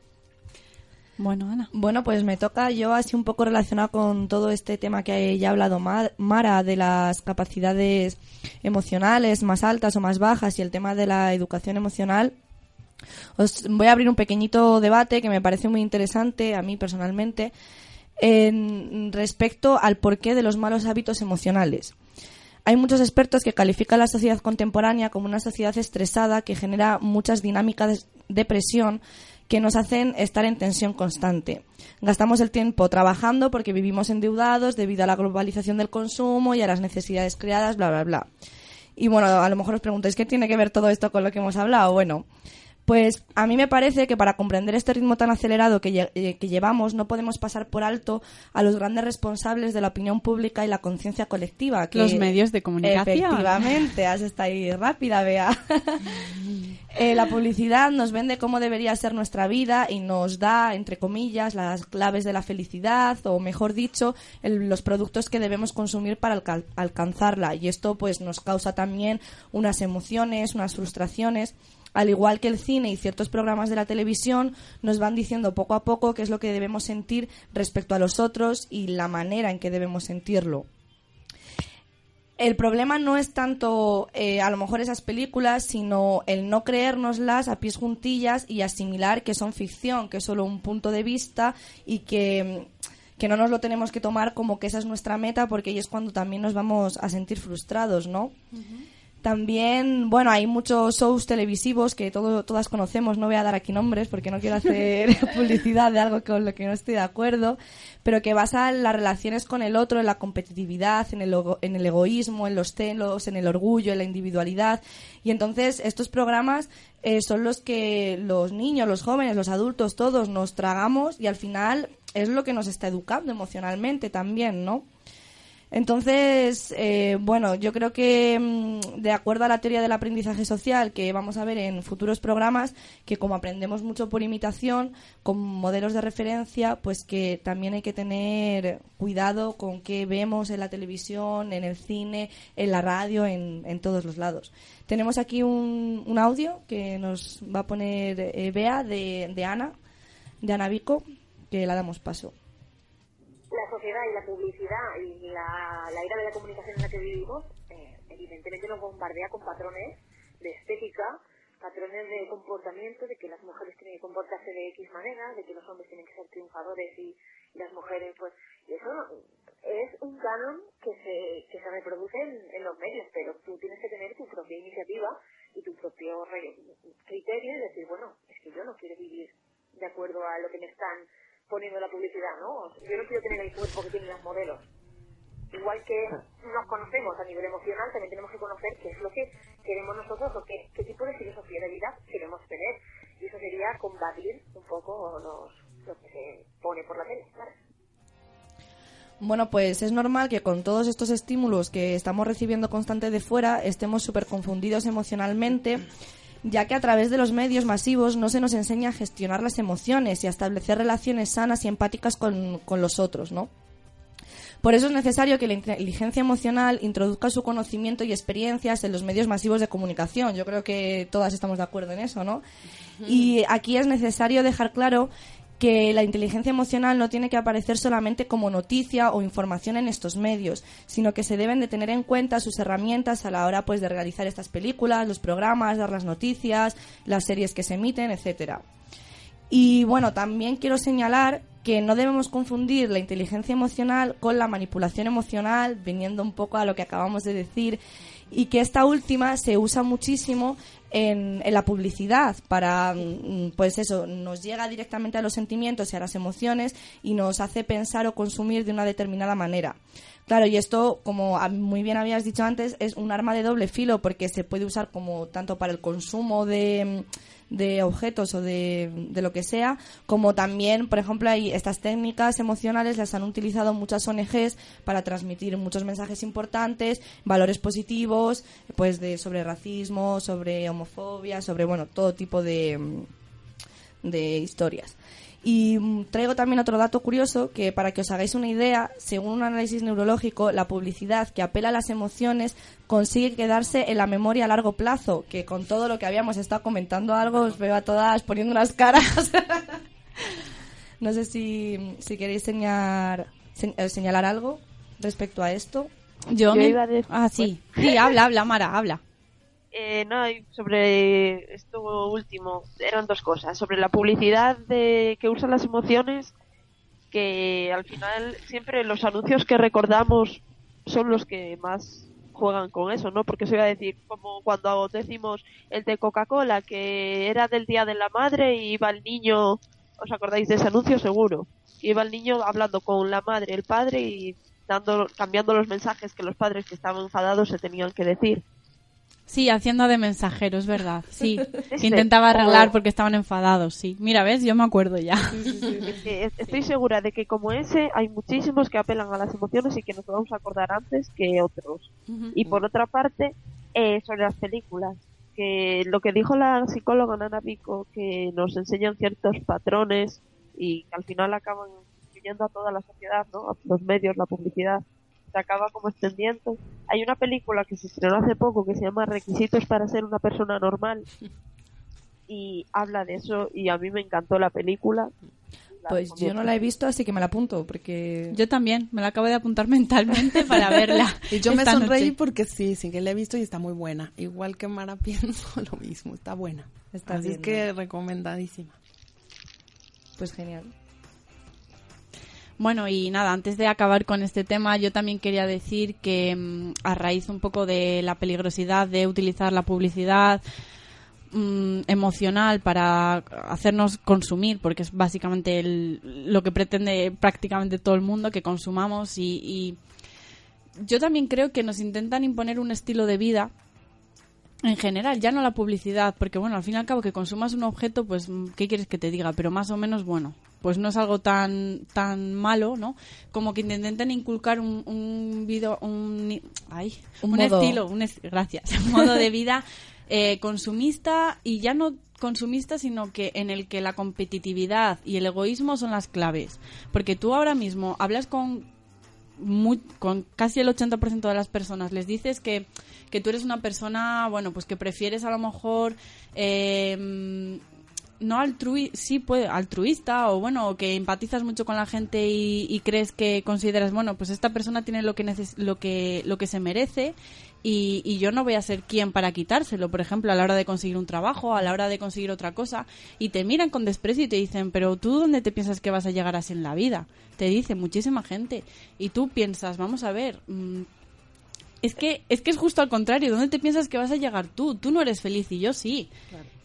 Bueno, Ana. Bueno, pues me toca yo así un poco relacionado con todo este tema que ya ha hablado Ma- Mara de las capacidades emocionales más altas o más bajas y el tema de la educación emocional. Os voy a abrir un pequeñito debate que me parece muy interesante a mí personalmente en respecto al porqué de los malos hábitos emocionales. Hay muchos expertos que califican la sociedad contemporánea como una sociedad estresada que genera muchas dinámicas de presión que nos hacen estar en tensión constante. Gastamos el tiempo trabajando porque vivimos endeudados debido a la globalización del consumo y a las necesidades creadas, bla, bla, bla. Y bueno, a lo mejor os preguntáis, ¿qué tiene que ver todo esto con lo que hemos hablado? Bueno, pues a mí me parece que para comprender este ritmo tan acelerado que, lle- eh, que llevamos no podemos pasar por alto a los grandes responsables de la opinión pública y la conciencia colectiva. Que, Los medios de comunicación. Efectivamente, has estado ahí rápida, Bea. Eh, la publicidad nos vende cómo debería ser nuestra vida y nos da, entre comillas, las claves de la felicidad o, mejor dicho, el- los productos que debemos consumir para alca- alcanzarla. Y esto pues nos causa también unas emociones, unas frustraciones. Al igual que el cine y ciertos programas de la televisión, nos van diciendo poco a poco qué es lo que debemos sentir respecto a los otros y la manera en que debemos sentirlo. El problema no es tanto eh, a lo mejor esas películas, sino el no creérnoslas a pies juntillas y asimilar que son ficción, que es solo un punto de vista y que, que no nos lo tenemos que tomar como que esa es nuestra meta, porque ahí es cuando también nos vamos a sentir frustrados, ¿no? También, bueno, hay muchos shows televisivos que todo, todas conocemos, no voy a dar aquí nombres porque no quiero hacer publicidad de algo con lo que no estoy de acuerdo, pero que basan las relaciones con el otro en la competitividad, en el, ego- en el egoísmo, en los celos, en el orgullo, en la individualidad. Y entonces estos programas eh, son los que los niños, los jóvenes, los adultos, todos nos tragamos y al final es lo que nos está educando emocionalmente también, ¿no? Entonces, eh, bueno, yo creo que mm, de acuerdo a la teoría del aprendizaje social que vamos a ver en futuros programas, que como aprendemos mucho por imitación, con modelos de referencia, pues que también hay que tener cuidado con qué vemos en la televisión, en el cine, en la radio, en, en todos los lados. Tenemos aquí un, un audio que nos va a poner eh, Bea de, de Ana, de Ana Vico, que la damos paso. La sociedad y la publicidad y la, la era de la comunicación en la que vivimos, eh, evidentemente nos bombardea con patrones de estética, patrones de comportamiento, de que las mujeres tienen que comportarse de X manera, de que los hombres tienen que ser triunfadores y, y las mujeres, pues, y eso es un canon que se, que se reproduce en, en los medios, pero tú tienes que tener tu propia iniciativa y tu propio re- criterio y decir, bueno, es que yo no quiero vivir de acuerdo a lo que me están poniendo la publicidad, ¿no? Yo no quiero tener el cuerpo que tienen las modelos. Igual que nos conocemos a nivel emocional, también tenemos que conocer qué es lo que queremos nosotros o qué, qué tipo de filosofía de vida queremos tener. Y eso sería combatir un poco los, lo que se pone por la tele, claro. Bueno, pues es normal que con todos estos estímulos que estamos recibiendo constante de fuera estemos súper confundidos emocionalmente, ya que a través de los medios masivos no se nos enseña a gestionar las emociones y a establecer relaciones sanas y empáticas con, con los otros, ¿no? Por eso es necesario que la inteligencia emocional introduzca su conocimiento y experiencias en los medios masivos de comunicación. Yo creo que todas estamos de acuerdo en eso, ¿no? Uh-huh. Y aquí es necesario dejar claro que la inteligencia emocional no tiene que aparecer solamente como noticia o información en estos medios, sino que se deben de tener en cuenta sus herramientas a la hora pues de realizar estas películas, los programas, dar las noticias, las series que se emiten, etcétera. Y bueno, también quiero señalar que no debemos confundir la inteligencia emocional con la manipulación emocional, viniendo un poco a lo que acabamos de decir, y que esta última se usa muchísimo en, en la publicidad para, pues eso, nos llega directamente a los sentimientos y a las emociones y nos hace pensar o consumir de una determinada manera. Claro, y esto, como muy bien habías dicho antes, es un arma de doble filo porque se puede usar como tanto para el consumo de, de objetos o de, de lo que sea, como también, por ejemplo, hay estas técnicas emocionales las han utilizado muchas O N Ges para transmitir muchos mensajes importantes, valores positivos, pues de sobre racismo, sobre homofobia, sobre, bueno, todo tipo de, de historias. Y traigo también otro dato curioso que para que os hagáis una idea, según un análisis neurológico, la publicidad que apela a las emociones consigue quedarse en la memoria a largo plazo, que con todo lo que habíamos estado comentando algo, os veo a todas poniendo unas caras. No sé si, si queréis señalar, se, señalar algo respecto a esto. Yo, Yo me... iba a decir... Ah, sí. Sí, habla, habla, Mara, habla. Eh, no, sobre esto último, eran dos cosas. Sobre la publicidad de que usan las emociones, que al final siempre los anuncios que recordamos son los que más juegan con eso, ¿no? Porque se iba a decir, como cuando decimos el de Coca-Cola, que era del Día de la Madre y iba el niño, ¿os acordáis de ese anuncio? Seguro. Iba el niño hablando con la madre, el padre y dando, cambiando los mensajes que los padres que estaban enfadados se tenían que decir. Sí, haciendo de mensajero, es verdad, sí. Que intentaba arreglar porque estaban enfadados, sí. Mira, ¿ves? Yo me acuerdo ya. Sí, sí, sí. Estoy segura de que como ese hay muchísimos que apelan a las emociones y que nos vamos a acordar antes que otros. Uh-huh. Y por otra parte, eh, sobre las películas, que lo que dijo la psicóloga Nana Pico, que nos enseñan ciertos patrones y que al final acaban influyendo a toda la sociedad, ¿no? A los medios, la publicidad. Se acaba como extendiendo. Hay una película que se estrenó hace poco que se llama Requisitos para ser una persona normal y habla de eso y a mí me encantó la película. La pues yo no la he visto, así que me la apunto porque... Yo también, me la acabo de apuntar mentalmente para verla. Y yo me sonreí noche. Porque sí, sí que la he visto y está muy buena. Igual que Mara pienso lo mismo, está buena. Está así bien, es que ¿no? Recomendadísima. Pues genial. Bueno, y nada, antes de acabar con este tema, yo también quería decir que mmm, a raíz un poco de la peligrosidad de utilizar la publicidad mmm, emocional para hacernos consumir, porque es básicamente el, lo que pretende prácticamente todo el mundo, que consumamos, y, y yo también creo que nos intentan imponer un estilo de vida en general, ya no la publicidad, porque bueno, al fin y al cabo que consumas un objeto, pues ¿qué quieres que te diga? Pero más o menos, bueno, pues no es algo tan tan malo, ¿no? Como que te intenten inculcar un, un video, un, ay, un, un estilo, un es, gracias, un modo de vida eh, consumista, y ya no consumista, sino que en el que la competitividad y el egoísmo son las claves. Porque tú ahora mismo hablas con Muy, con casi el ochenta por ciento de las personas, les dices que, que tú eres una persona, bueno, pues que prefieres a lo mejor eh, no altrui, sí puede, altruista, o bueno, que empatizas mucho con la gente y, y crees que consideras, bueno, pues esta persona tiene lo que neces- lo que lo que se merece y, y yo no voy a ser quien para quitárselo, por ejemplo, a la hora de conseguir un trabajo, a la hora de conseguir otra cosa, y te miran con desprecio y te dicen, pero ¿tú dónde te piensas que vas a llegar así en la vida? Te dice muchísima gente, y tú piensas, vamos a ver, mmm, es que es que es justo al contrario, ¿dónde te piensas que vas a llegar tú? Tú no eres feliz y yo sí. Claro.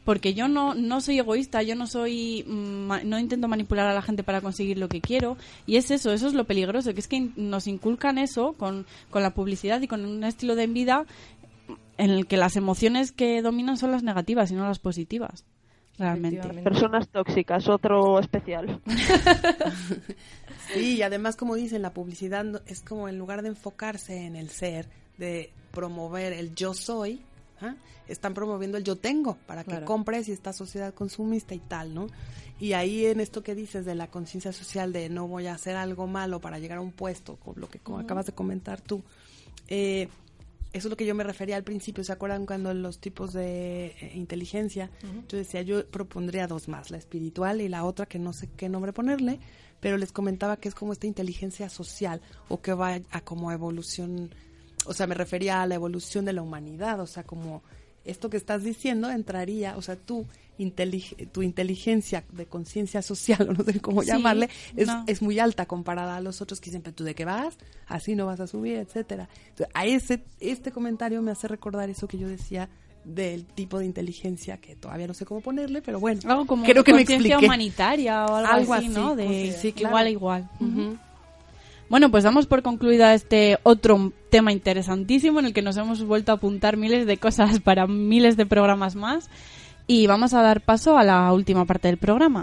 porque yo no, no soy egoísta, yo no soy ma- no intento manipular a la gente para conseguir lo que quiero, y es eso, eso es lo peligroso, que es que nos inculcan eso con, con la publicidad y con un estilo de vida en el que las emociones que dominan son las negativas y no las positivas, realmente. Personas tóxicas, otro especial. Sí, y además, como dicen, la publicidad no- es como en lugar de enfocarse en el ser, de promover el yo soy, ¿ah? Están promoviendo el yo tengo para que Claro. compres y esta sociedad consumista y tal, ¿no? Y ahí en esto que dices de la conciencia social de no voy a hacer algo malo para llegar a un puesto, con lo que como Ujú. acabas de comentar tú, eh, eso es lo que yo me refería al principio. ¿Se acuerdan cuando los tipos de eh, inteligencia? Ujú. Yo decía, yo propondría dos más, la espiritual y la otra que no sé qué nombre ponerle, pero les comentaba que es como esta inteligencia social o que va a como evolución, o sea, me refería a la evolución de la humanidad, o sea, como esto que estás diciendo entraría, o sea, tú intelig- tu inteligencia de conciencia social, o no sé cómo Sí, llamarle, es, no. es muy alta comparada a los otros que siempre tú de qué vas, así no vas a subir, etcétera. Entonces, a ese este comentario me hace recordar eso que yo decía del tipo de inteligencia que todavía no sé cómo ponerle, pero bueno, Algo como creo que me conciencia expliqué. humanitaria o algo, Algo así, así, ¿no? De conciencia, sí, claro. igual a igual. Ujú. Bueno, pues damos por concluida este otro tema interesantísimo en el que nos hemos vuelto a apuntar miles de cosas para miles de programas más, y vamos a dar paso a la última parte del programa.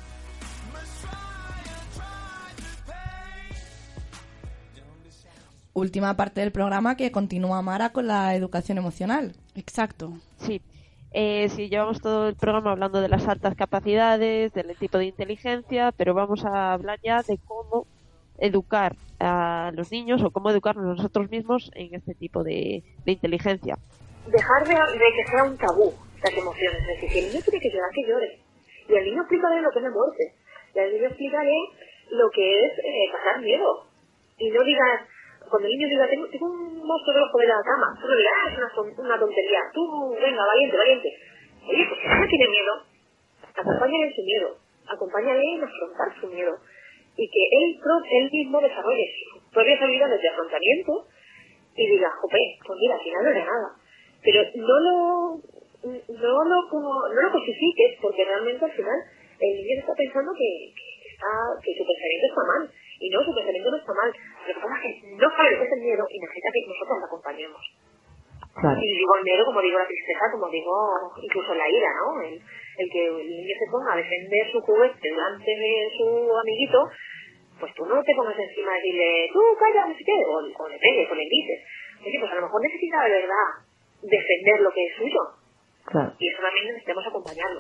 Última parte del programa que continúa Mara con la educación emocional. Exacto. Sí. Eh, sí, llevamos todo el programa hablando de las altas capacidades, del tipo de inteligencia, pero vamos a hablar ya de cómo educar a los niños o cómo educarnos nosotros mismos en este tipo de, de inteligencia. Dejar de, de que sea un tabú las emociones. Es decir, si el niño tiene que llorar, que llore. Y al niño explicaré lo que es la muerte. Y al niño explicaré lo que es eh, pasar miedo. Y no digas, cuando el niño diga, tengo, tengo un monstruo debajo de la cama, tú no digas, ah, es una, ton- una tontería. Tú, venga, valiente, valiente. Oye, pues si el niño tiene miedo, acompáñale en su miedo. Acompáñale en afrontar su miedo. Y que él, pro- él mismo desarrolle sus propias habilidades de afrontamiento y diga, jope, pues mira, al final no era nada. Pero no lo, no lo, como, no lo cosifiques, porque realmente al final el niño está pensando que, que, está, que su pensamiento está mal. Y no, su pensamiento no está mal. Lo que pasa es que no sabe lo que es el miedo y necesita que nosotros lo acompañemos. Claro. Y digo el miedo, como digo la tristeza, como digo incluso la ira, ¿no? El, el que el niño se ponga a defender su juguete delante de su amiguito, pues tú no te pongas encima de decirle, tú calla, no sé qué, o, o le pegues, o le grites. Oye, pues a lo mejor necesita de verdad defender lo que es suyo. Claro. Y eso también necesitamos acompañarlo.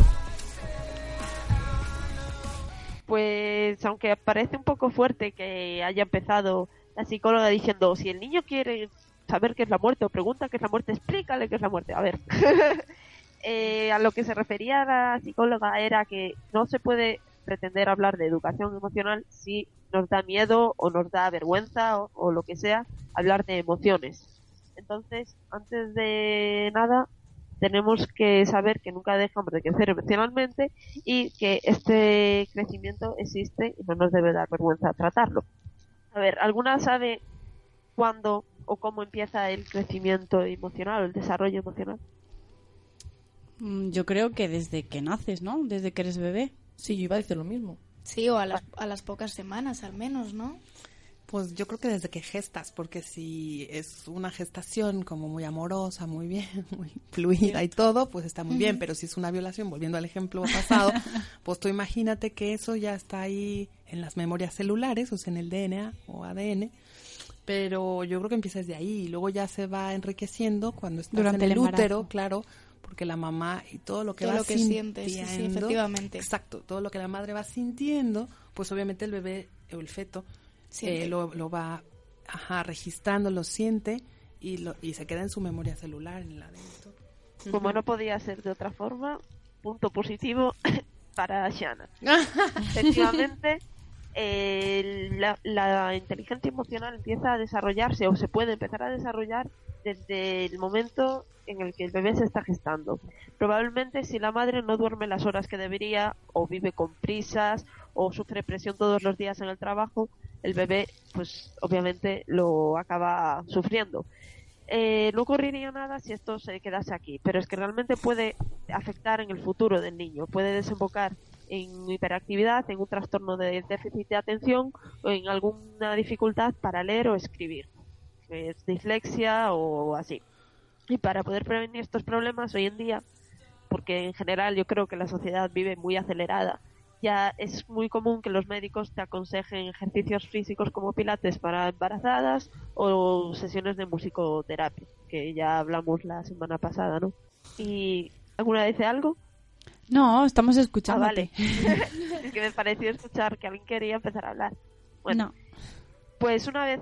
Pues aunque parece un poco fuerte que haya empezado la psicóloga diciendo, si el niño quiere saber qué es la muerte o pregunta qué es la muerte, explícale qué es la muerte. A ver, eh, a lo que se refería la psicóloga era que no se puede pretender hablar de educación emocional si nos da miedo o nos da vergüenza o, o lo que sea hablar de emociones. Entonces, antes de nada, tenemos que saber que nunca dejamos de crecer emocionalmente y que este crecimiento existe y no nos debe dar vergüenza tratarlo. A ver, ¿alguna sabe cuándo o cómo empieza el crecimiento emocional o el desarrollo emocional? Mm, Yo creo que desde que naces, ¿no? Desde que eres bebé. Sí, yo iba a decir lo mismo. Sí, o a las, a las pocas semanas al menos, ¿no? Pues yo creo que desde que gestas, porque si es una gestación como muy amorosa, muy bien, muy fluida y todo, pues está muy bien, Ujú. pero si es una violación, volviendo al ejemplo pasado, pues tú imagínate que eso ya está ahí en las memorias celulares, o sea, en el D N A o A D N, pero yo creo que empieza desde ahí y luego ya se va enriqueciendo cuando estás Durante en el el embarazo. útero, claro, porque la mamá y todo lo que Todo va lo que siente, sí, sí, sintiendo, efectivamente. exacto, todo lo que la madre va sintiendo, pues obviamente el bebé o el feto Siente. eh, lo, lo va ajá, registrando, lo siente y, lo, y se queda en su memoria celular, en la dentro. Como no podía ser de otra forma, punto positivo para Shana. Efectivamente, eh, la, la inteligencia emocional empieza a desarrollarse o se puede empezar a desarrollar desde el momento en el que el bebé se está gestando. Probablemente si la madre no duerme las horas que debería o vive con prisas o sufre presión todos los días en el trabajo, el bebé pues obviamente lo acaba sufriendo. eh, no ocurriría nada si esto se quedase aquí, pero es que realmente puede afectar en el futuro del niño, puede desembocar en hiperactividad, en un trastorno de déficit de atención o en alguna dificultad para leer o escribir, es dislexia o así. Y para poder prevenir estos problemas hoy en día, porque en general yo creo que la sociedad vive muy acelerada, ya es muy común que los médicos te aconsejen ejercicios físicos como pilates para embarazadas o sesiones de musicoterapia, que ya hablamos la semana pasada, ¿no? ¿Y alguna dice algo? No, estamos escuchándote. Ah, vale. Es que me pareció escuchar que alguien quería empezar a hablar. Bueno, no. Pues una vez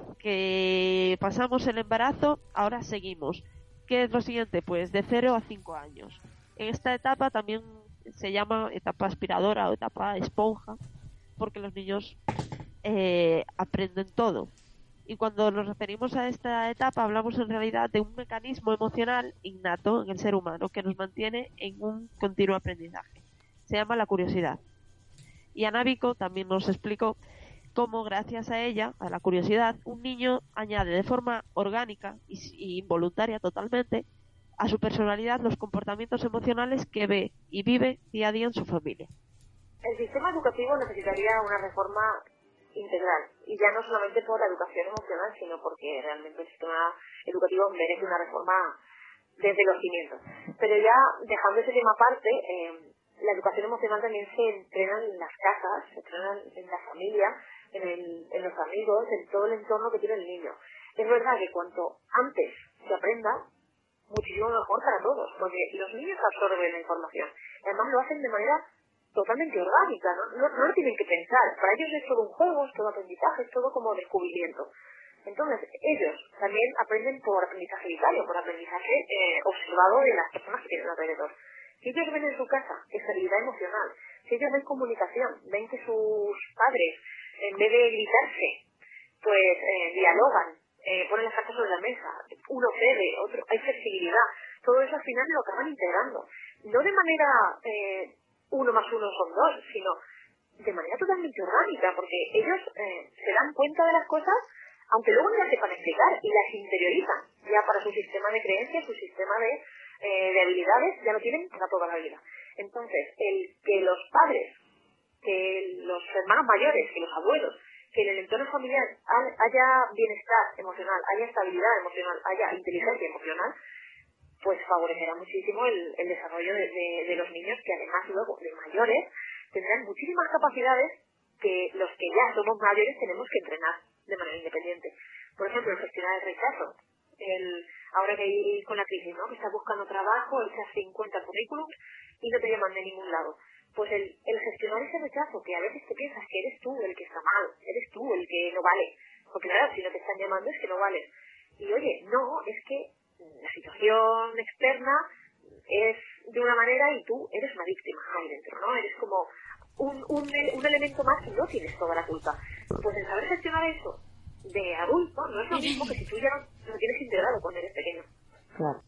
que pasamos el embarazo, ahora seguimos. ¿Qué es lo siguiente? Pues de cero a cinco años. En esta etapa también se llama etapa aspiradora o etapa esponja, porque los niños eh, aprenden todo. Y cuando nos referimos a esta etapa hablamos en realidad de un mecanismo emocional innato en el ser humano que nos mantiene en un continuo aprendizaje. Se llama la curiosidad. Y Anábico también nos explicó cómo gracias a ella, a la curiosidad, un niño añade de forma orgánica y involuntaria totalmente a su personalidad los comportamientos emocionales que ve y vive día a día en su familia. El sistema educativo necesitaría una reforma integral, y ya no solamente por la educación emocional, sino porque realmente el sistema educativo merece una reforma desde los cimientos. Pero ya dejando ese tema aparte, eh, la educación emocional también se entrena en las casas, se entrena en la familia, en, el, en los amigos, en todo el entorno que tiene el niño. Es verdad que cuanto antes se aprenda, muchísimo mejor para todos, porque los niños absorben la información. Además lo hacen de manera totalmente orgánica, ¿no? No, no lo tienen que pensar. Para ellos es todo un juego, es todo aprendizaje, es todo como descubrimiento. Entonces, ellos también aprenden por aprendizaje vicario, por aprendizaje eh, observado de las personas que tienen alrededor. Si ellos ven en su casa estabilidad emocional, si ellos ven comunicación, ven que sus padres, en vez de gritarse, pues eh, dialogan, eh, ponen las cartas sobre la mesa, uno cede, otro, hay flexibilidad, todo eso al final lo acaban integrando. No de manera eh, uno más uno son dos, sino de manera totalmente orgánica, porque ellos eh, se dan cuenta de las cosas, aunque luego no las sepan explicar, y las interiorizan ya para su sistema de creencias, su sistema de, eh, de habilidades, ya lo tienen para toda la vida. Entonces, el que los padres, que los hermanos mayores, que los abuelos, que en el entorno familiar haya bienestar emocional, haya estabilidad emocional, haya inteligencia emocional, pues favorecerá muchísimo el, el desarrollo de, de, de los niños, que además luego de mayores tendrán muchísimas capacidades que los que ya somos mayores tenemos que entrenar de manera independiente. Por ejemplo, el gestionar el rechazo. El, ahora que hay con la crisis, ¿no? Que estás buscando trabajo, echas cincuenta currículums y no te llaman de ningún lado. Pues el, el gestionar ese rechazo, que a veces te piensas que eres tú el que está mal, eres tú el que no vale. Porque claro, si no te están llamando es que no vales. Y oye, no, es que la situación externa es de una manera y tú eres una víctima ahí dentro, ¿no? Eres como un, un, un elemento más y no tienes toda la culpa. Pues el saber gestionar eso de adulto no es lo mismo que si tú ya no lo tienes integrado cuando eres pequeño. Claro.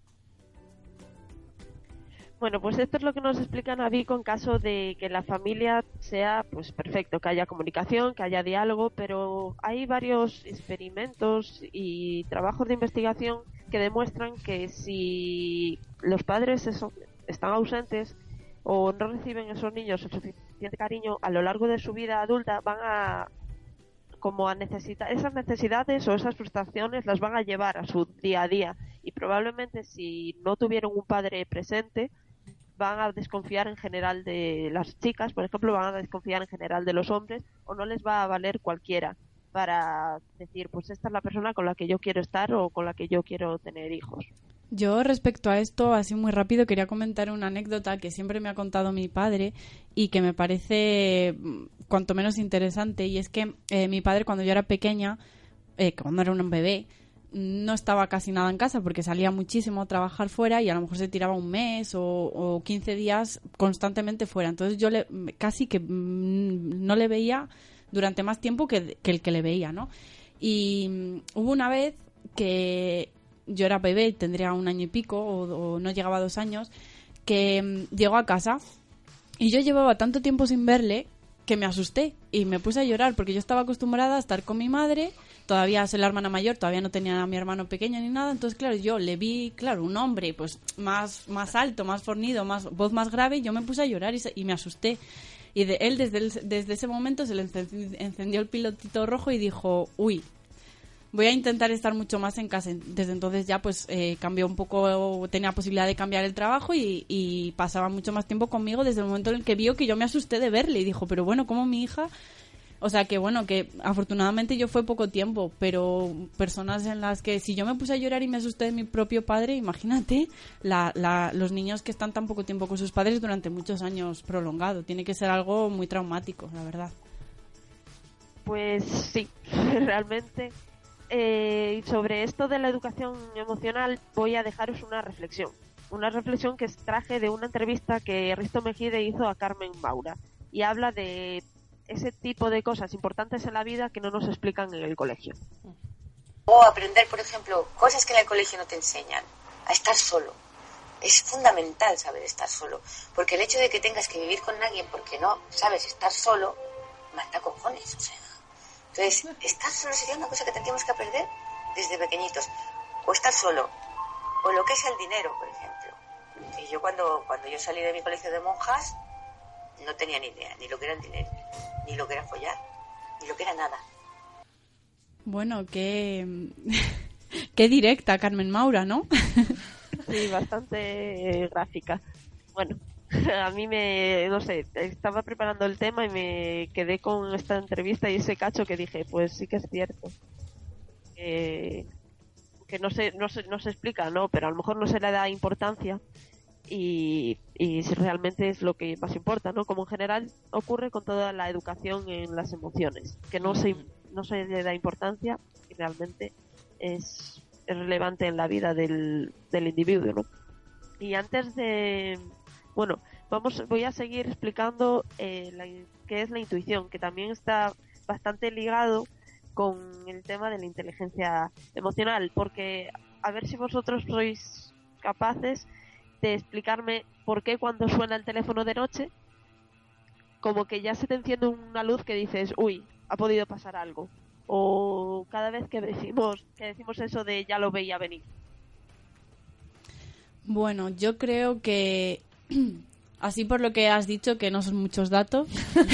Bueno, pues esto es lo que nos explica Navico en caso de que la familia sea pues perfecto, que haya comunicación, que haya diálogo, pero hay varios experimentos y trabajos de investigación que demuestran que si los padres eso, están ausentes o no reciben esos niños el suficiente cariño a lo largo de su vida adulta, van a como a necesitar esas necesidades o esas frustraciones las van a llevar a su día a día, y probablemente si no tuvieron un padre presente van a desconfiar en general de las chicas, por ejemplo, van a desconfiar en general de los hombres, o no les va a valer cualquiera para decir, pues esta es la persona con la que yo quiero estar o con la que yo quiero tener hijos. Yo respecto a esto, así muy rápido, quería comentar una anécdota que siempre me ha contado mi padre y que me parece cuanto menos interesante, y es que eh, mi padre cuando yo era pequeña, eh, cuando era un bebé, no estaba casi nada en casa porque salía muchísimo a trabajar fuera y a lo mejor se tiraba un mes o, o quince días constantemente fuera. Entonces yo le, casi que mmm, no le veía durante más tiempo que, que el que le veía, ¿no? Y mmm, hubo una vez que yo era bebé, tendría un año y pico o, o no llegaba a dos años, que mmm, llegó a casa y yo llevaba tanto tiempo sin verle que me asusté y me puse a llorar porque yo estaba acostumbrada a estar con mi madre todavía soy la hermana mayor, todavía no tenía a mi hermano pequeño ni nada, entonces claro, yo le vi, claro, un hombre pues más, más alto, más fornido, más voz más grave, y yo me puse a llorar y, se, y me asusté. Y de él desde, el, desde ese momento se le encendió el pilotito rojo y dijo, uy, voy a intentar estar mucho más en casa. Desde entonces ya pues eh, cambió un poco, tenía posibilidad de cambiar el trabajo y, y pasaba mucho más tiempo conmigo desde el momento en el que vio que yo me asusté de verle y dijo, pero bueno, ¿cómo mi hija? O sea que bueno, que afortunadamente yo fue poco tiempo, pero personas en las que si yo me puse a llorar y me asusté de mi propio padre, imagínate la, la, los niños que están tan poco tiempo con sus padres durante muchos años prolongado. Tiene que ser algo muy traumático, la verdad. Pues sí, realmente... Eh, sobre esto de la educación emocional voy a dejaros una reflexión. Una reflexión que extraje de una entrevista que Risto Mejide hizo a Carmen Maura. Y habla de ese tipo de cosas importantes en la vida que no nos explican en el colegio. O aprender, por ejemplo, cosas que en el colegio no te enseñan. A estar solo. Es fundamental saber estar solo. Porque el hecho de que tengas que vivir con alguien porque no sabes estar solo, mata cojones, o sea. Entonces, estar solo sería una cosa que tendríamos que aprender desde pequeñitos. O estar solo. O lo que es el dinero, por ejemplo. Y yo cuando, cuando yo salí de mi colegio de monjas, no tenía ni idea, ni lo que era el dinero, ni lo que era follar, ni lo que era nada. Bueno, qué, qué directa Carmen Maura, ¿no? Sí, bastante gráfica. Bueno, a mí me, no sé, estaba preparando el tema y me quedé con esta entrevista y ese cacho que dije, pues sí que es cierto. Eh, que no se, no se, no se explica, ¿no? Pero a lo mejor no se le da importancia y, y si realmente es lo que más importa, ¿no? Como en general ocurre con toda la educación en las emociones, que no se, no se le da importancia y realmente es, es relevante en la vida del, del individuo, ¿no? Y antes de... Bueno, vamos, voy a seguir explicando eh, la, qué es la intuición, que también está bastante ligado con el tema de la inteligencia emocional, porque a ver si vosotros sois capaces de explicarme por qué cuando suena el teléfono de noche, como que ya se te enciende una luz que dices, uy, ha podido pasar algo, o cada vez que decimos, que decimos eso de ya lo veía venir. Bueno, yo creo que así por lo que has dicho, que no son muchos datos,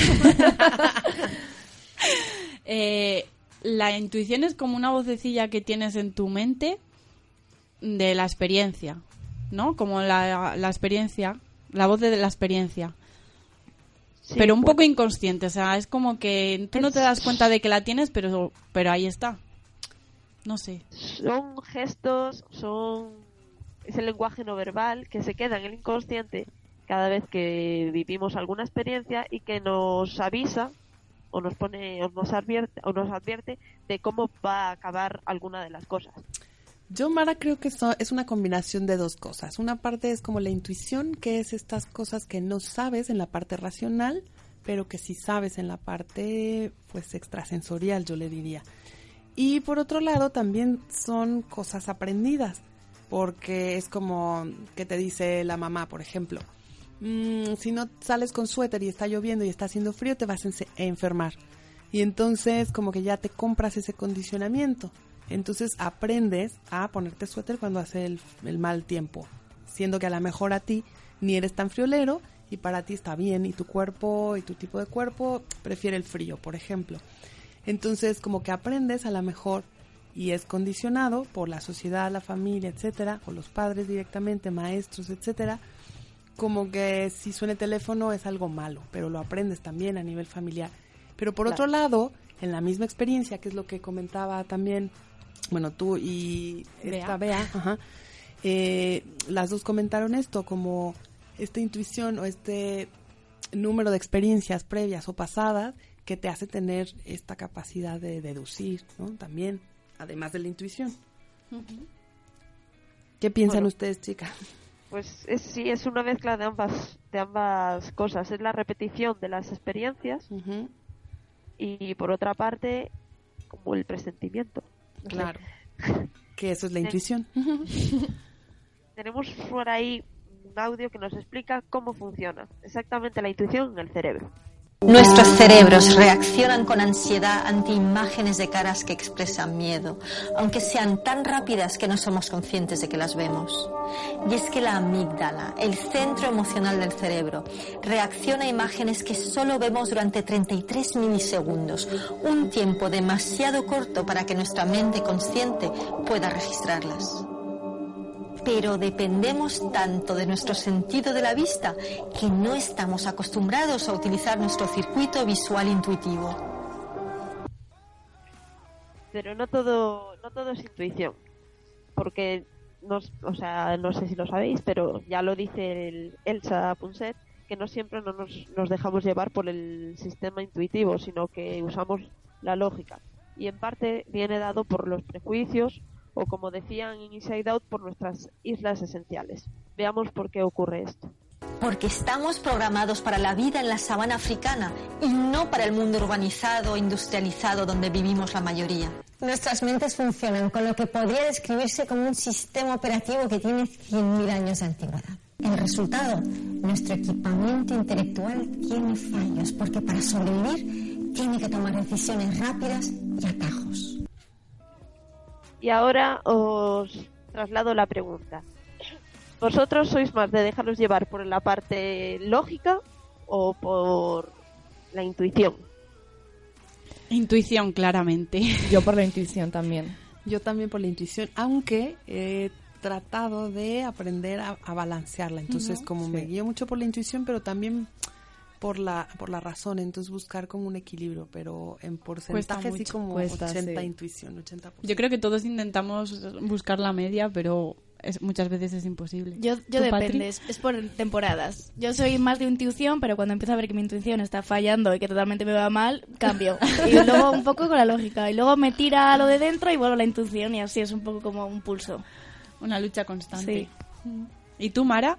eh, la intuición es como una vocecilla que tienes en tu mente de la experiencia, ¿no? Como la, la experiencia, la voz de la experiencia. Sí, pero un bueno. poco inconsciente, o sea, es como que tú no te das cuenta de que la tienes, pero, pero ahí está. No sé. Son gestos, son... es el lenguaje no verbal que se queda en el inconsciente cada vez que vivimos alguna experiencia y que nos avisa o nos pone o nos advierte o nos advierte de cómo va a acabar alguna de las cosas. Yo, Mara, creo que eso es una combinación de dos cosas. Una parte es como la intuición, que es estas cosas que no sabes en la parte racional, pero que sí sabes en la parte pues extrasensorial, yo le diría. Y por otro lado también son cosas aprendidas, porque es como que te dice la mamá, por ejemplo, mmm, si no sales con suéter y está lloviendo y está haciendo frío, te vas a enfermar. Y entonces como que ya te compras ese condicionamiento. Entonces aprendes a ponerte suéter cuando hace el, el mal tiempo, siendo que a lo mejor a ti ni eres tan friolero y para ti está bien y tu cuerpo y tu tipo de cuerpo prefiere el frío, por ejemplo. Entonces como que aprendes a lo mejor y es condicionado por la sociedad, la familia, etcétera, o los padres directamente, maestros, etcétera, como que si suena el teléfono es algo malo, pero lo aprendes también a nivel familiar. Pero por claro. otro lado, en la misma experiencia, que es lo que comentaba también, bueno, tú y esta Bea, ajá, eh, las dos comentaron esto, como esta intuición o este número de experiencias previas o pasadas que te hace tener esta capacidad de deducir, ¿no? También, además de la intuición. Uh-huh. ¿Qué piensan bueno, ustedes, chicas? Pues es, sí, es una mezcla de ambas de ambas cosas. Es la repetición de las experiencias uh-huh. y, por otra parte, como el presentimiento. No claro, sé. Que eso es la intuición. Tenemos por ahí un audio que nos explica cómo funciona exactamente la intuición en el cerebro. Nuestros cerebros reaccionan con ansiedad ante imágenes de caras que expresan miedo, aunque sean tan rápidas que no somos conscientes de que las vemos. Y es que la amígdala, el centro emocional del cerebro, reacciona a imágenes que solo vemos durante treinta y tres milisegundos, un tiempo demasiado corto para que nuestra mente consciente pueda registrarlas. Pero dependemos tanto de nuestro sentido de la vista que no estamos acostumbrados a utilizar nuestro circuito visual intuitivo. Pero no todo, no todo es intuición, porque nos, o sea, no sé si lo sabéis, pero ya lo dice el Elsa Punset, que no siempre no nos, nos dejamos llevar por el sistema intuitivo, sino que usamos la lógica. Y en parte viene dado por los prejuicios, o como decían en Inside Out, por nuestras islas esenciales. Veamos por qué ocurre esto. Porque estamos programados para la vida en la sabana africana y no para el mundo urbanizado e industrializado donde vivimos la mayoría. Nuestras mentes funcionan con lo que podría describirse como un sistema operativo que tiene cien mil años de antigüedad. El resultado, nuestro equipamiento intelectual tiene fallos porque para sobrevivir tiene que tomar decisiones rápidas y atajos. Y ahora os traslado la pregunta. ¿Vosotros sois más de dejaros llevar por la parte lógica o por la intuición? Intuición, claramente. Yo por la intuición también. Yo también por la intuición, aunque he tratado de aprender a, a balancearla. Entonces, uh-huh. como sí. me guío mucho por la intuición, pero también por la por la razón, entonces buscar como un equilibrio, pero en porcentaje sí como cuesta, ochenta sí. intuición, ochenta por ciento. Yo creo que todos intentamos buscar la media, pero es, muchas veces es imposible. Yo, yo depende, es, es por temporadas. Yo soy más de intuición, pero cuando empiezo a ver que mi intuición está fallando y que totalmente me va mal, cambio. Y luego un poco con la lógica, y luego me tira lo de dentro y vuelvo a la intuición, y así es un poco como un pulso. Una lucha constante. Sí. ¿Y tú, Mara?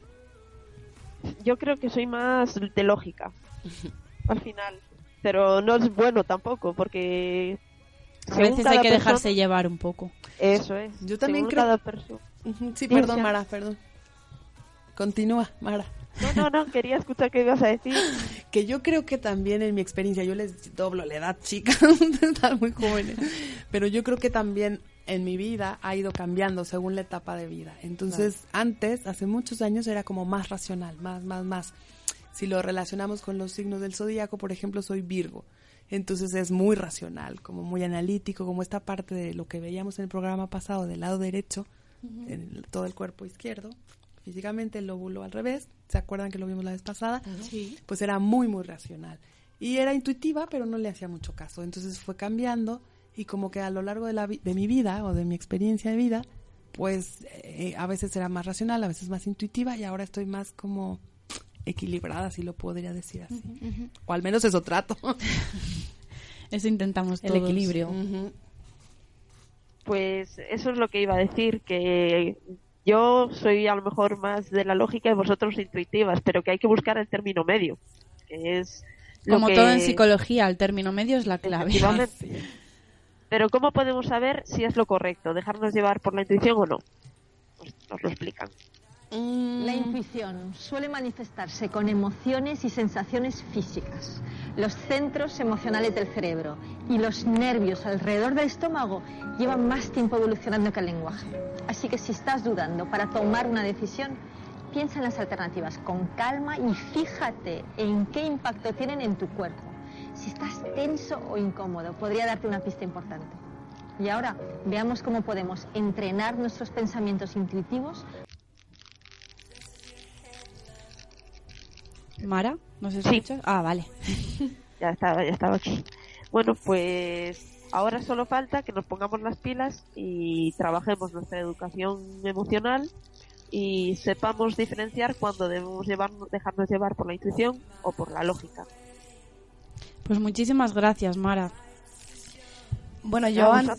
Yo creo que soy más de lógica, al final. Pero no es bueno tampoco, porque... A veces hay que persona... dejarse llevar un poco. Eso es. Yo también según creo... cada persona. Sí, perdón, Mara, perdón. Continúa, Mara. No, no, no, quería escuchar qué ibas a decir. Que yo creo que también en mi experiencia, yo les doblo la edad, chicas, están muy jóvenes, pero yo creo que también en mi vida ha ido cambiando según la etapa de vida. Entonces, claro. antes, hace muchos años, era como más racional, más, más, más. Si lo relacionamos con los signos del zodíaco, por ejemplo, soy Virgo. Entonces es muy racional, como muy analítico, como esta parte de lo que veíamos en el programa pasado del lado derecho, uh-huh. en todo el cuerpo izquierdo, físicamente el lóbulo al revés, ¿se acuerdan que lo vimos la vez pasada? Uh-huh. Sí. Pues era muy, muy racional. Y era intuitiva, pero no le hacía mucho caso. Entonces fue cambiando y como que a lo largo de, la vi- de mi vida o de mi experiencia de vida, pues eh, a veces era más racional, a veces más intuitiva y ahora estoy más como equilibrada, si lo podría decir así. Uh-huh, uh-huh. O al menos eso trato. Eso intentamos todos. El equilibrio. Uh-huh. Pues eso es lo que iba a decir, que yo soy a lo mejor más de la lógica y vosotros intuitivas, pero que hay que buscar el término medio, que es lo como que... todo en psicología, el término medio es la clave. Sí. Pero ¿cómo podemos saber si es lo correcto? ¿Dejarnos llevar por la intuición o no? Pues nos lo explican. La intuición suele manifestarse con emociones y sensaciones físicas. Los centros emocionales del cerebro y los nervios alrededor del estómago llevan más tiempo evolucionando que el lenguaje. Así que si estás dudando para tomar una decisión, piensa en las alternativas con calma y fíjate en qué impacto tienen en tu cuerpo. Si estás tenso o incómodo, podría darte una pista importante. Y ahora, veamos cómo podemos entrenar nuestros pensamientos intuitivos. Mara, ¿nos escuchas? Sí. Ah, vale. Ya estaba, ya estaba aquí. Bueno, pues ahora solo falta que nos pongamos las pilas y trabajemos nuestra educación emocional y sepamos diferenciar cuando debemos llevarnos, dejarnos llevar por la intuición o por la lógica. Pues muchísimas gracias, Mara. Bueno, yo, an-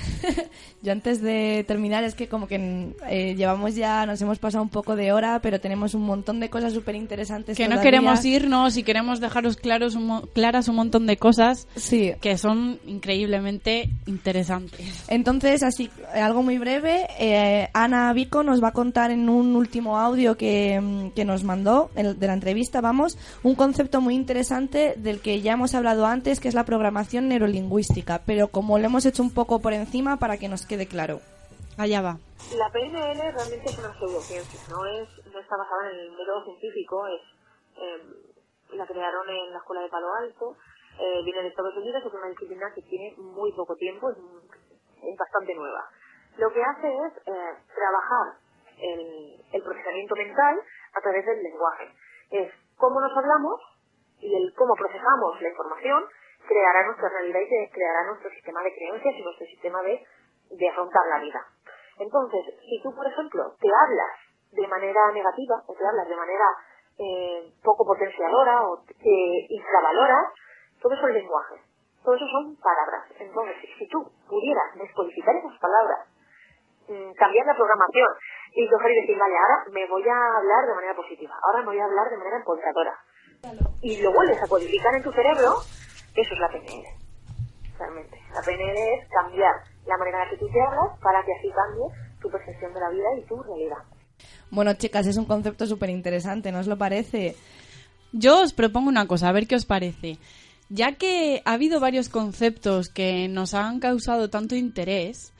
yo antes de terminar, es que como que eh, llevamos ya, nos hemos pasado un poco de hora, pero tenemos un montón de cosas súper interesantes que todavía. no queremos irnos y queremos dejaros claros un mo- claras un montón de cosas sí. que son increíblemente interesantes. Entonces, así, algo muy breve, eh, Ana Vico nos va a contar en un último audio que, que nos mandó, el, de la entrevista, vamos, un concepto muy interesante del que ya hemos hablado antes, que es la programación neurolingüística, pero como lo hemos hecho un poco por encima para que nos quede claro. Allá va. La P N L realmente es una pseudociencia, no es no está basada en el método científico, es eh, la crearon en la escuela de Palo Alto, eh, viene de Estados Unidos, es una disciplina que tiene muy poco tiempo, es, es bastante nueva. Lo que hace es eh, trabajar el, el procesamiento mental a través del lenguaje. Es cómo nos hablamos y el cómo procesamos la información creará nuestra realidad y creará nuestro sistema de creencias y nuestro sistema de, de afrontar la vida. Entonces, si tú, por ejemplo, te hablas de manera negativa o te hablas de manera eh, poco potenciadora o te infravaloras, todo eso es lenguaje. Todo eso son palabras. Entonces, si tú pudieras descodificar esas palabras, mmm, cambiar la programación y coger y decir, vale, ahora me voy a hablar de manera positiva, ahora me voy a hablar de manera empoderadora, y lo vuelves a codificar en tu cerebro, eso es la P N L, realmente. La P N L es cambiar la manera en la que tú te hablas para que así cambie tu percepción de la vida y tu realidad. Bueno, chicas, es un concepto súper interesante, ¿no os lo parece? Yo os propongo una cosa, a ver qué os parece. Ya que ha habido varios conceptos que nos han causado tanto interés,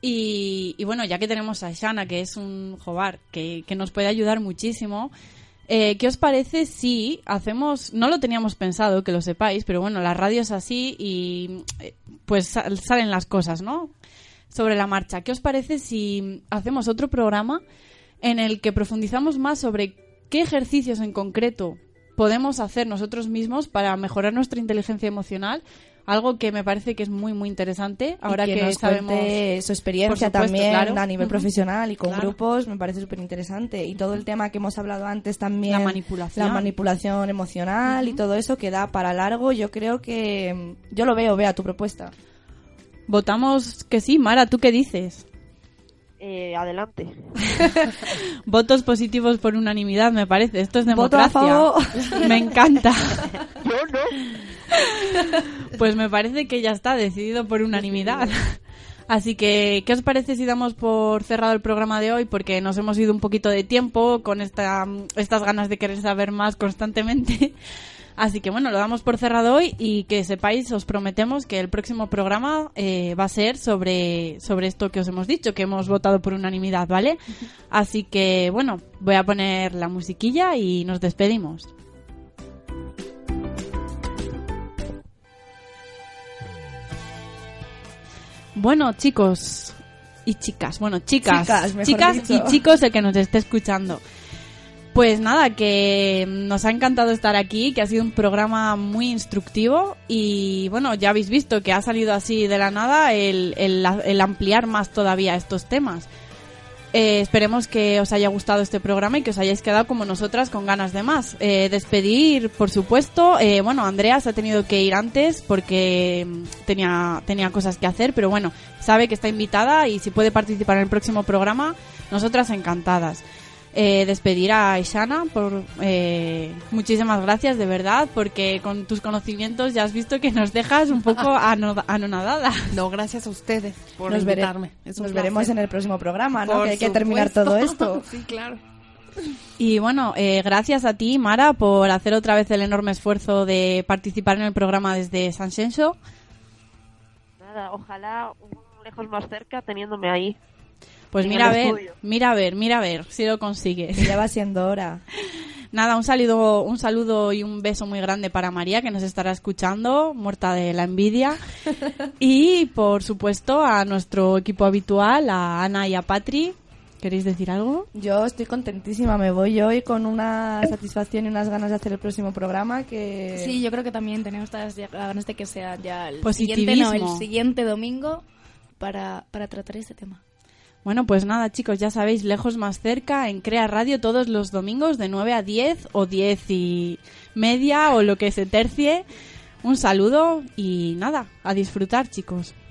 y, y bueno, ya que tenemos a Shana, que es un jovar que, que nos puede ayudar muchísimo, Eh, ¿qué os parece si hacemos, no lo teníamos pensado, que lo sepáis, pero bueno, la radio es así y eh, pues sal, salen las cosas, ¿no? Sobre la marcha. ¿Qué os parece si hacemos otro programa en el que profundizamos más sobre qué ejercicios en concreto podemos hacer nosotros mismos para mejorar nuestra inteligencia emocional? Algo que me parece que es muy, muy interesante. Ahora y que, que nos sabemos cuente su experiencia supuesto, también claro. a nivel uh-huh. profesional y con claro. grupos, me parece súper interesante. Y todo el tema que hemos hablado antes también, la manipulación, la manipulación emocional uh-huh. y todo eso que da para largo. Yo creo que... Yo lo veo, vea tu propuesta. Votamos que sí. Mara, ¿tú qué dices? Eh, adelante. Votos positivos por unanimidad, me parece. Esto es democracia. Voto a favor. Me encanta. Yo no. Pues me parece que ya está decidido por unanimidad. Así que, ¿qué os parece si damos por cerrado el programa de hoy? Porque nos hemos ido un poquito de tiempo con esta, estas ganas de querer saber más constantemente. Así que bueno, lo damos por cerrado hoy y que sepáis, os prometemos que el próximo programa eh, va a ser sobre, sobre esto que os hemos dicho, que hemos votado por unanimidad, ¿vale? Así que bueno, voy a poner la musiquilla y nos despedimos. Bueno, chicos y chicas, bueno, chicas, chicas, chicas y chicos, el que nos esté escuchando. Pues nada, que nos ha encantado estar aquí, que ha sido un programa muy instructivo y bueno, ya habéis visto que ha salido así de la nada el, el, el ampliar más todavía estos temas. Eh, esperemos que os haya gustado este programa y que os hayáis quedado como nosotras con ganas de más. Eh, despedir, por supuesto. Eh, bueno, Andrea se ha tenido que ir antes porque tenía, tenía cosas que hacer, pero bueno, sabe que está invitada y si puede participar en el próximo programa, nosotras encantadas. Eh, despedir a Ishana por eh, muchísimas gracias de verdad, porque con tus conocimientos ya has visto que nos dejas un poco ano- anonadada. No, gracias a ustedes por nos invitarme. Vere- nos placer. Veremos en el próximo programa, ¿no? Por que hay que supuesto. terminar todo esto. Sí, claro. Y bueno, eh, gracias a ti, Mara, por hacer otra vez el enorme esfuerzo de participar en el programa desde San Xenxo. Nada, ojalá un lejos más cerca teniéndome ahí. Pues mira a ver, mira a ver, mira a ver si lo consigues. Ya va siendo hora. Nada, un saludo, un saludo y un beso muy grande para María, que nos estará escuchando, muerta de la envidia. Y, por supuesto, a nuestro equipo habitual, a Ana y a Patri. ¿Queréis decir algo? Yo estoy contentísima, me voy hoy con una satisfacción y unas ganas de hacer el próximo programa que... Sí, yo creo que también tenemos las ganas de que sea ya el positivismo. siguiente, no, el siguiente domingo para, para tratar este tema. Bueno, pues nada, chicos, ya sabéis, lejos más cerca, en Crea Radio todos los domingos de nueve a diez o diez y media o lo que se tercie. Un saludo y nada, a disfrutar, chicos.